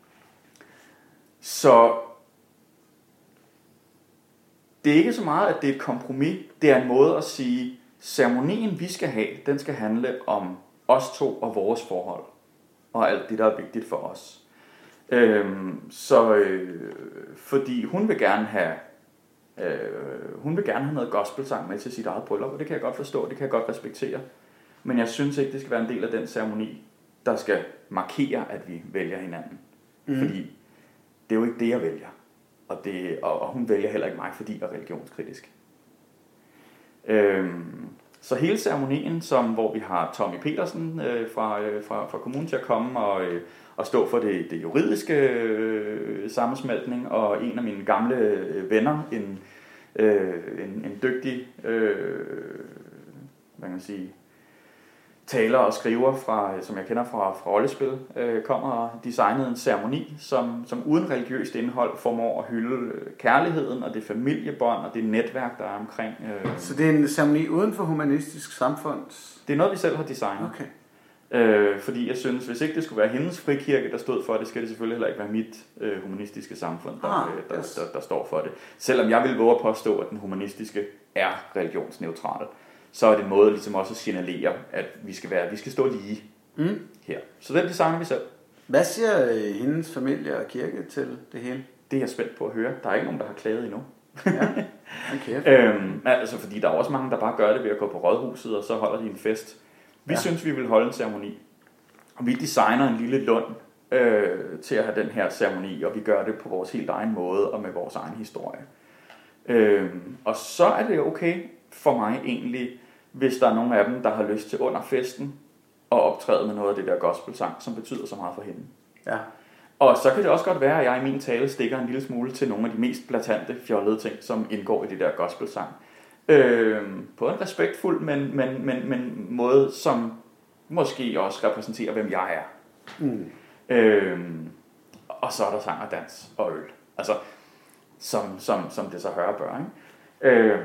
så det er ikke så meget, at det er et kompromis. Det er en måde at sige, ceremonien vi skal have, den skal handle om os to og vores forhold. Og alt det, der er vigtigt for os. Øhm, så øh, fordi hun vil gerne have øh, hun vil gerne have noget gospelsang med til sit eget bryllup, og det kan jeg godt forstå, det kan jeg godt respektere, men jeg synes ikke, det skal være en del af den ceremoni, der skal markere, at vi vælger hinanden, mm. fordi det er jo ikke det, jeg vælger, og, det, og, og hun vælger heller ikke mig, fordi jeg er religionskritisk. øhm, Så hele ceremonien, som, hvor vi har Tommy Petersen øh, fra, øh, fra, fra kommunen til at komme og øh, og stå for det, det juridiske øh, sammensmeltning, og en af mine gamle øh, venner, en, øh, en, en dygtig øh, hvad kan man sige, taler og skriver, fra, som jeg kender fra, fra rollespil, øh, kommer og designede en ceremoni, som, som uden religiøst indhold formår at hylde kærligheden, og det familiebånd, og det netværk, der er omkring. Øh. Så det er en ceremoni uden for humanistisk samfund? Det er noget, vi selv har designet. Okay. Øh, fordi jeg synes, hvis ikke det skulle være hendes frikirke, der stod for det, skal det selvfølgelig heller ikke være mit øh, humanistiske samfund, der, ah, der, yes. der, der, der står for det. Selvom jeg vil våge at påstå, at den humanistiske er religionsneutral, så er det en måde ligesom også at signalere, at vi skal, være, vi skal stå lige mm. her. Så den designer vi selv. Hvad siger hendes familie og kirke til det hele? Det er jeg spændt på at høre. Der er ikke nogen, der har klaget endnu. Ja. Okay. Øhm, altså, fordi der er også mange, der bare gør det ved at gå på rådhuset, og så holder de en fest. Vi ja. synes, vi vil holde en ceremoni. Og vi designer en lille lund øh, til at have den her ceremoni, og vi gør det på vores helt egen måde og med vores egen historie. Øhm, og så er det okay for mig egentlig, hvis der er nogen af dem, der har lyst til under festen at optræde med noget af det der gospelsang, som betyder så meget for hende. Ja. Og så kan det også godt være, at jeg i min tale stikker en lille smule til nogle af de mest blatante, fjollede ting, som indgår i det der gospelsang. Øhm, på en respektfuld, men, men, men, men måde, som måske også repræsenterer, hvem jeg er. Mm. Øhm, og så er der sang og dans og øl. Altså, som, som, som det så hører bør, ikke? Øhm,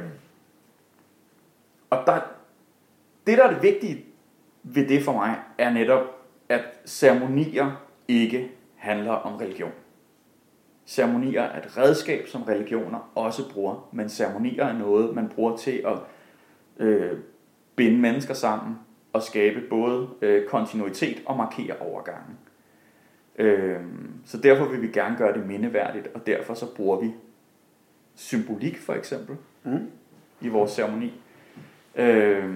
og der, det, der er det vigtige ved det for mig, er netop, at ceremonier ikke handler om religion. Ceremonier er et redskab, som religioner også bruger, men ceremonier er noget, man bruger til at øh, binde mennesker sammen og skabe både øh, kontinuitet og markere overgangen. Øh, så derfor vil vi gerne gøre det mindeværdigt, og derfor så bruger vi symbolik for eksempel mm. i vores ceremoni. Øh,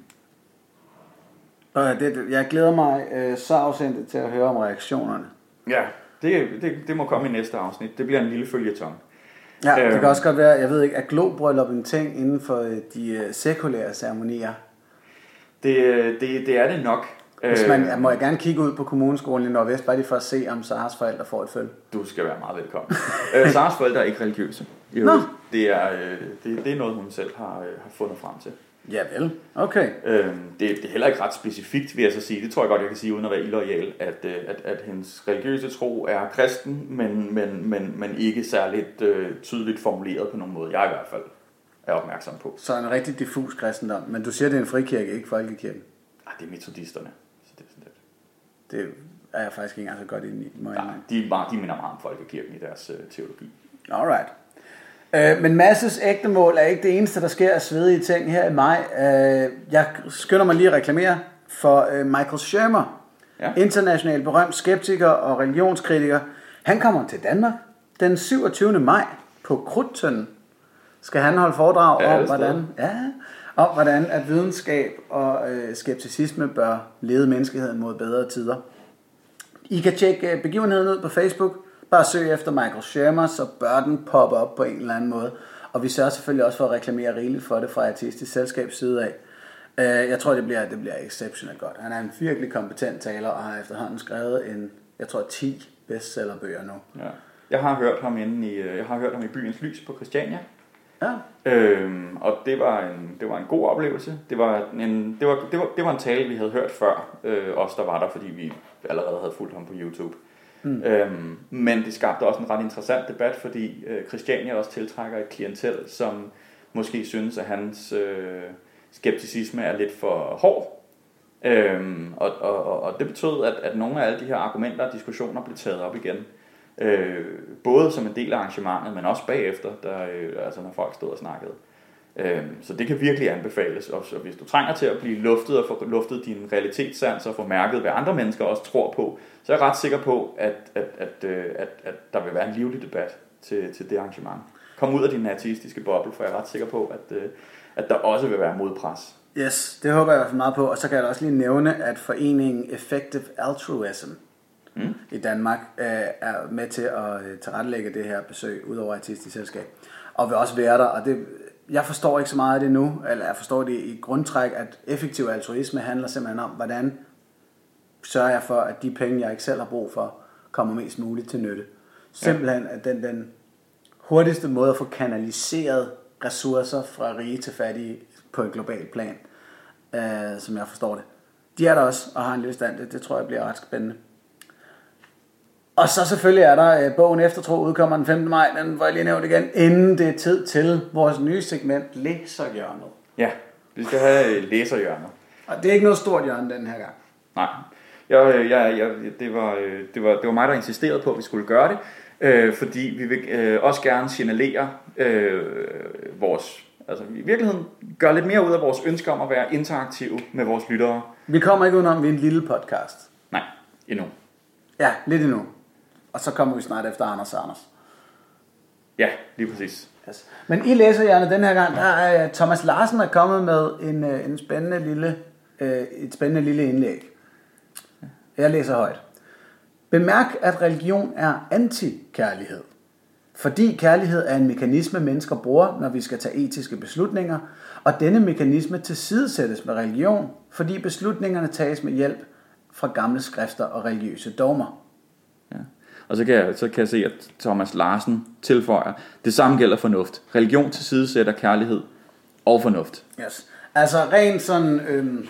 det, jeg glæder mig øh, så afsendt til at høre om reaktionerne. Ja, det, det, det må komme i næste afsnit. Det bliver en lille føljeton. Ja, det øhm, kan også godt være, jeg ved ikke, er globryllup en ting inden for de sekulære ceremonier? Det, det, det er det nok. Hvis man, må jeg gerne kigge ud på kommuneskolen i Nordvest, bare lige for at se, om Saras forældre får et følge? Du skal være meget velkommen. øh, Saras forældre er ikke religiøse. Jo, det, er, det, det er noget, hun selv har, har fundet frem til. Ja vel, okay. Øhm, det, det er heller ikke ret specifikt, vil jeg så sige. Det tror jeg godt, jeg kan sige, uden at være illoyal, at, at, at hendes religiøse tro er kristen, men, men, men, men ikke særligt øh, tydeligt formuleret på nogen måde. Jeg i hvert fald er opmærksom på. Så en rigtig diffus kristendom. Men du siger, det er en frikirke, ikke folkekirken? Nej, det er metodisterne. Så det, er sådan det. det er jeg faktisk ikke engang så godt inde i. Nej, de, de minder meget om folkekirken i deres øh, teologi. Alright. Øh, men Masses ægtemål er ikke det eneste, der sker af svedige ting her i maj. Øh, jeg skynder mig lige at reklamere for øh, Michael Shermer, ja. International berømt skeptiker og religionskritiker. Han kommer til Danmark den syvogtyvende maj på Krudttønden. Skal han holde foredrag ja, om, hvordan, ja, om, hvordan at videnskab og øh, skepticisme bør lede menneskeheden mod bedre tider. I kan tjekke øh, begivenheden ud på Facebook. Bare søg efter Michael Shermer, så bør den poppe op på en eller anden måde. Og vi sørger selvfølgelig også for at reklamere rigeligt for det fra Ateistisk Selskabs side af. Jeg tror, det bliver, det bliver exceptionelt godt. Han er en virkelig kompetent taler og har efterhånden skrevet en, jeg tror, ti bestsellerbøger nu. Ja. Jeg har hørt ham inde i, jeg har hørt ham i Byens Lys på Christiania. Ja. Øhm, og det var en, det var en god oplevelse. Det var en, det var, det var, det var en tale, vi havde hørt før, øh, os der var der, fordi vi allerede havde fulgt ham på YouTube. Mm. Øhm, men det skabte også en ret interessant debat, fordi øh, Christiania også tiltrækker et klientel, som måske synes, at hans øh, skepticisme er lidt for hård. Øhm, og, og, og det betød, at, at nogle af alle de her argumenter og diskussioner blev taget op igen. Øh, både som en del af arrangementet, men også bagefter, der, øh, altså når folk stod og snakkede. Øh, så det kan virkelig anbefales. Og så hvis du trænger til at blive luftet og få luftet din realitetssans og få mærket, hvad andre mennesker også tror på, så er jeg ret sikker på, at, at, at, at, at der vil være en livlig debat til, til det arrangement. Kom ud af din ateistiske boble, for jeg er ret sikker på, at, at der også vil være modpres. Yes, det håber jeg i hvert fald meget på. Og så kan jeg også lige nævne, at foreningen Effective Altruism mm. i Danmark øh, er med til at øh, tilrettelægge det her besøg ud over Ateistisk Selskab. Og vil også være der, og det, jeg forstår ikke så meget af det nu, eller jeg forstår det i grundtræk, at effektiv altruisme handler simpelthen om, hvordan sørger jeg for, at de penge, jeg ikke selv har brug for, kommer mest muligt til nytte. Simpelthen at den, den hurtigste måde at få kanaliseret ressourcer fra rige til fattige på et globalt plan, øh, som jeg forstår det. De er der også, og har en lille stand. Det, det tror jeg bliver ret spændende. Og så selvfølgelig er der øh, bogen Eftertro, udkommer den femte maj, den var jeg lige nævnt igen, inden det er tid til vores nye segment, Læserhjørnet. Ja, vi skal have læserhjørnet. Og det er ikke noget stort hjørne den her gang. Nej, jeg, jeg, jeg, det, var, det, var, det var mig, der insisterede på, at vi skulle gøre det, øh, fordi vi vil øh, også gerne signalere øh, vores, altså i virkeligheden gøre lidt mere ud af vores ønsker om at være interaktive med vores lyttere. Vi kommer ikke udenom, vi er en lille podcast. Nej, endnu. Ja, lidt endnu. Og så kommer vi snart efter Anders og Anders. Ja, lige præcis. Yes. Men i læserhjørnet den her gang, der er Thomas Larsen er kommet med en, en spændende lille, et spændende lille indlæg. Jeg læser højt. Bemærk, at religion er anti-kærlighed. Fordi kærlighed er en mekanisme, mennesker bruger, når vi skal tage etiske beslutninger, og denne mekanisme tilsidesættes med religion, fordi beslutningerne tages med hjælp fra gamle skrifter og religiøse dogmer. Ja. Og så kan, jeg, så kan jeg se, at Thomas Larsen tilføjer, det samme gælder fornuft. Religion tilsidesætter kærlighed og fornuft. Yes. Altså rent sådan øhm,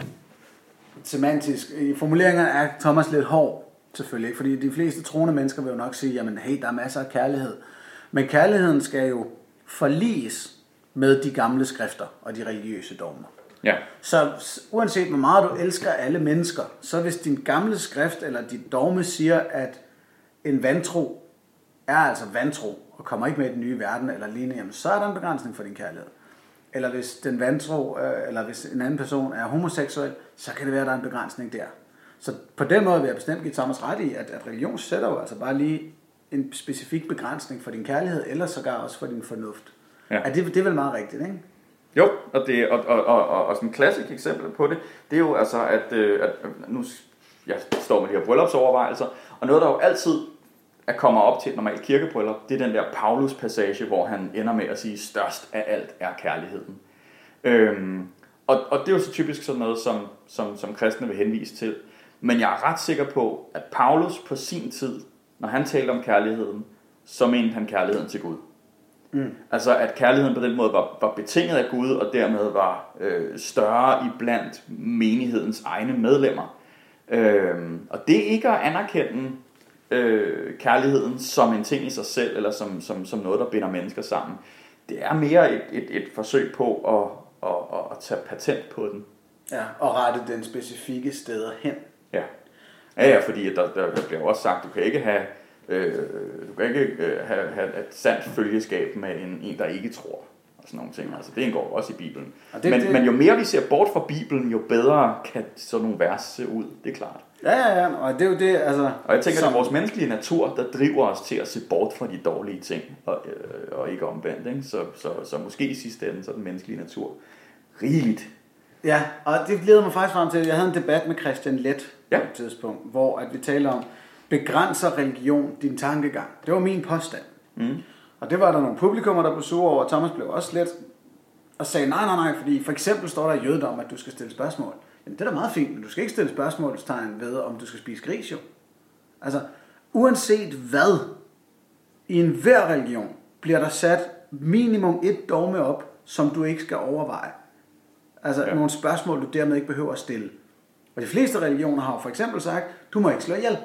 semantisk, i formuleringerne er Thomas lidt hård, selvfølgelig, fordi de fleste troende mennesker vil jo nok sige, jamen hey, der er masser af kærlighed. Men kærligheden skal jo forliges med de gamle skrifter og de religiøse dogmer. Ja. Så uanset hvor meget du elsker alle mennesker, så hvis din gamle skrift eller dit dogme siger, at en vantro er altså vantro og kommer ikke med i den nye verden eller lignende, jamen, så er der en begrænsning for din kærlighed. Eller hvis den vantro, eller hvis en anden person er homoseksuel, så kan det være, at der er en begrænsning der. Så på den måde vil jeg bestemt give Thomas ret i, at, at religion sætter jo altså bare lige en specifik begrænsning for din kærlighed, eller sågar også for din fornuft. Ja. Er det, det er vel meget rigtigt, ikke? Jo, og, det, og, og, og, og, og sådan et klassisk eksempel på det, det er jo altså, at, at nu jeg står med de her bryllupsovervejelser, og noget, der jo altid er kommer op til et normalt kirkebryllup, det er den der Paulus-passage, hvor han ender med at sige, størst af alt er kærligheden. Øhm, og, og det er jo så typisk sådan noget, som, som, som kristne vil henvise til. Men jeg er ret sikker på, at Paulus på sin tid, når han talte om kærligheden, så mente han kærligheden til Gud. Mm. Altså at kærligheden på den måde var, var betinget af Gud, og dermed var øh, større i blandt menighedens egne medlemmer. Øh, og det er ikke at anerkende øh, kærligheden som en ting i sig selv, eller som, som, som noget, der binder mennesker sammen. Det er mere et, et, et forsøg på at, at, at, at tage patent på den. Ja, og rette den specifikke steder hen. Ja, ja, ja fordi der, der, der bliver også sagt, du kan ikke have Øh, du kan ikke øh, have, have et sandt følgeskab med en, en, der ikke tror, og sådan nogle ting. Altså, det indgår også i Bibelen. Det, men, det... men jo mere vi ser bort fra Bibelen, jo bedre kan sådan nogle vers se ud, det er klart. Ja, ja, ja, og det er jo det, altså... Og jeg tænker, som... det er vores menneskelige natur, der driver os til at se bort fra de dårlige ting, og, øh, og ikke omvendt, ikke? Så, så, så måske i sidste ende, så er den menneskelige natur rigeligt. Ja, og det leder mig faktisk frem til, jeg havde en debat med Christian Let ja. på et tidspunkt, hvor at vi taler om, begrænser religion din tankegang? Det var min påstand. Mm. Og det var der nogle publikummer, der blev sure over, og Thomas blev også let og sagde, nej, nej, nej, fordi for eksempel står der i jødedom, at du skal stille spørgsmål. Jamen det er da meget fint, men du skal ikke stille spørgsmålstegn ved, om du skal spise gris, jo. Altså, uanset hvad, i enhver religion, bliver der sat minimum et dogme op, som du ikke skal overveje. Altså ja. nogle spørgsmål, du dermed ikke behøver at stille. Og de fleste religioner har for eksempel sagt, du må ikke slå ihjel.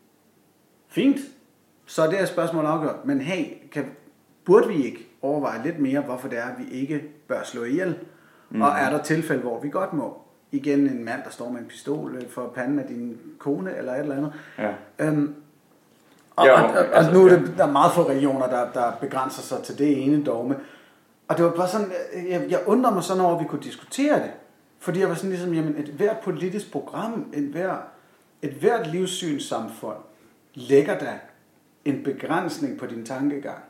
Fint, så er det et spørgsmål afgjort. Men hey, kan, burde vi ikke overveje lidt mere, hvorfor det er, at vi ikke bør slå ihjel? Mm. Og er der tilfælde, hvor vi godt må? Igen en mand, der står med en pistol for panden af din kone, eller et eller andet. Ja. Øhm, og, ja, og, og, og altså, nu er det, der er meget få religioner, der, der begrænser sig til det ene dogme. Og det var bare sådan, jeg, jeg undrer mig sådan over, at vi kunne diskutere det. Fordi jeg var sådan ligesom, jamen et hvert politisk program, et hvert, et hvert livssynssamfund, lægger der en begrænsning på din tankegang.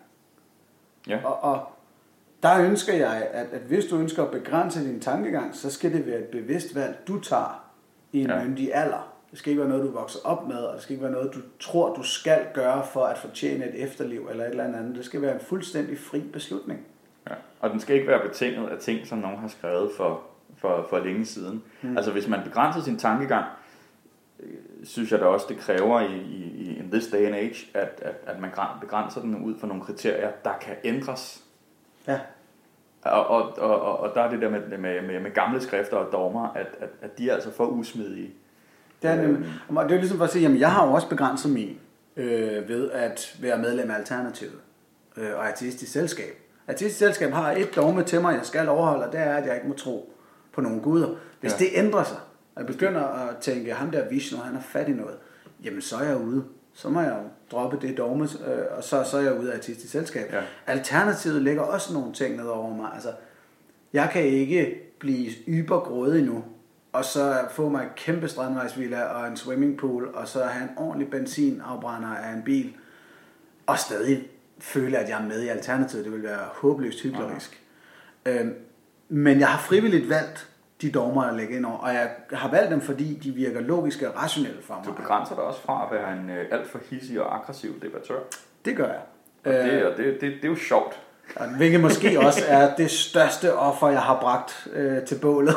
Ja. Og, og der ønsker jeg, at, at hvis du ønsker at begrænse din tankegang, så skal det være et bevidst valg, du tager i en ja. myndig alder. Det skal ikke være noget, du vokser op med, og det skal ikke være noget, du tror, du skal gøre for at fortjene et efterliv eller et eller andet. Det skal være en fuldstændig fri beslutning. Ja. Og den skal ikke være betinget af ting, som nogen har skrevet for, for, for længe siden. Hmm. Altså hvis man begrænser sin tankegang, synes jeg da også, det kræver i, i in this day and age, at, at, at man begrænser den ud for nogle kriterier, der kan ændres. Ja. Og, og, og, og der er det der med, med, med, med gamle skrifter og dogmer, at, at, at de er altså for usmidige. Det er, nemlig, og det er jo ligesom for at sige, jamen jeg har jo også begrænset min øh, ved at være medlem af Alternativet øh, og Ateistisk Selskab. Ateistisk Selskab har et dogme til mig, jeg skal overholde, og det er, at jeg ikke må tro på nogle guder. Hvis ja. det ændrer sig, og jeg begynder at tænke, ham der Vishnu, han er fat i noget, jamen så er jeg ude. Så må jeg jo droppe det dogme, øh, og så, så er jeg ude af Ateistisk Selskab. Ja. Alternativet lægger også nogle ting ned over mig. Altså, jeg kan ikke blive ybergrådig nu, og så få mig et kæmpe strandvejsvilla og en swimmingpool, og så have en ordentlig benzinafbrænder af en bil, og stadig føle, at jeg er med i Alternativet. Det vil være håbløst hyklerisk. Ja. Øhm, men jeg har frivilligt valgt de dogmer, jeg lægger ind over, og jeg har valgt dem, fordi de virker logiske og rationelle for mig. Du begrænser dig også fra at være en øh, alt for hissig og aggressiv debattør. Det gør jeg. Og det, og det, det, det er jo sjovt. Hvilket måske også er det største offer, jeg har bragt øh, til bålet.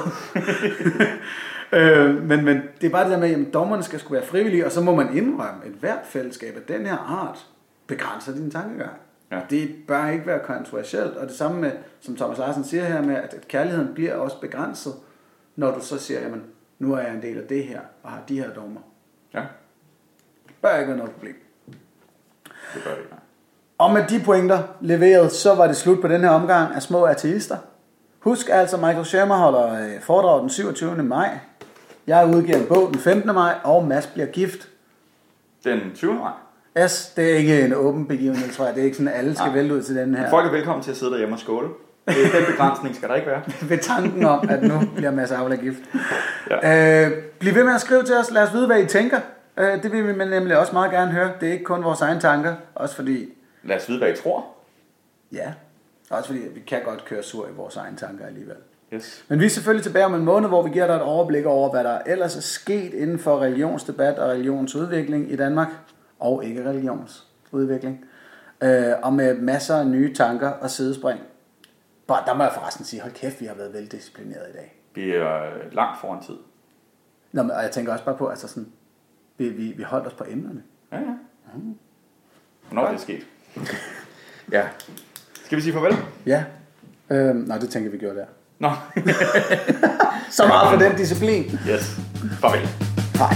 øh, men, men det er bare det der med, at dommerne skal skulle være frivillige, og så må man indrømme, et hvert fællesskab af den her art begrænser din tankegang. Ja. Det bør ikke være kontroversielt, og det samme med, som Thomas Larsen siger her, med at kærligheden bliver også begrænset, når du så siger, jamen, nu er jeg en del af det her, og har de her dogmer. Ja. Det bør ikke være noget problem. Det bør det ikke. Og med de pointer leveret, så var det slut på den her omgang af Små Ateister. Husk altså, Michael Shermer holder foredrag den syvogtyvende maj. Jeg udgiver en bog den femtende maj, og Mads bliver gift. Den tyvende maj? Yes, det er ikke en åben begivenhed, tror jeg. Det er ikke sådan, at alle skal vælge ud til den her. Folk er velkommen til at sidde derhjemme og skåle. Den begrænsning skal der ikke være. Ved tanken om, at nu bliver Mads Aula gift. Ja. Øh, bliv ved med at skrive til os. Lad os vide, hvad I tænker. Øh, det vil vi nemlig også meget gerne høre. Det er ikke kun vores egne tanker. Også fordi... Lad os vide, hvad I tror. Ja. Også fordi vi kan godt køre sur i vores egne tanker alligevel. Yes. Men vi er selvfølgelig tilbage om en måned, hvor vi giver dig et overblik over, hvad der ellers er sket inden for religionsdebat og religionsudvikling i Danmark. Og ikke religionsudvikling. Øh, og med masser af nye tanker og sidespring. Bare, der må jeg forresten sige, hold kæft, vi har været veldisciplineret i dag. Vi er langt foran tid. Nå, men, og jeg tænker også bare på, altså sådan, vi, vi, vi holdt os på emnerne. Ja, ja. Mm. Hvornår er det sket? Ja. Skal vi sige farvel? Ja. Øh, nej, det tænker vi gjorde der. Nå. Så meget for den disciplin. Yes. Farvel. Hej.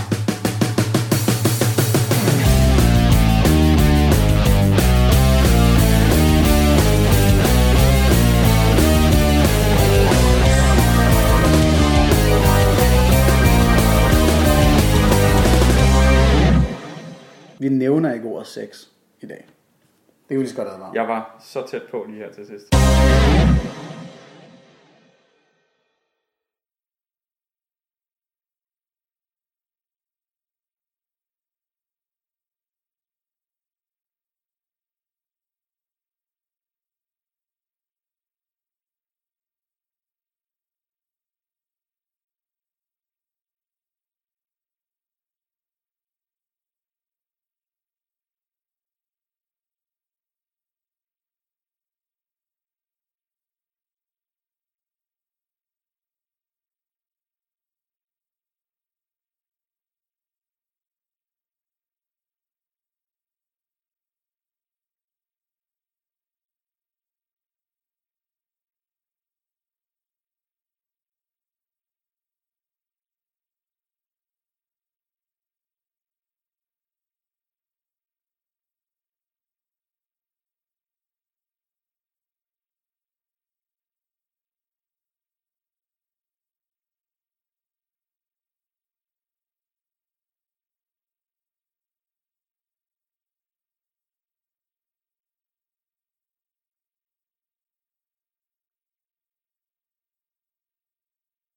Vi nævner ikke ordet sex i dag. Det kunne lige så godt have været. Jeg var så tæt på lige her til sidst.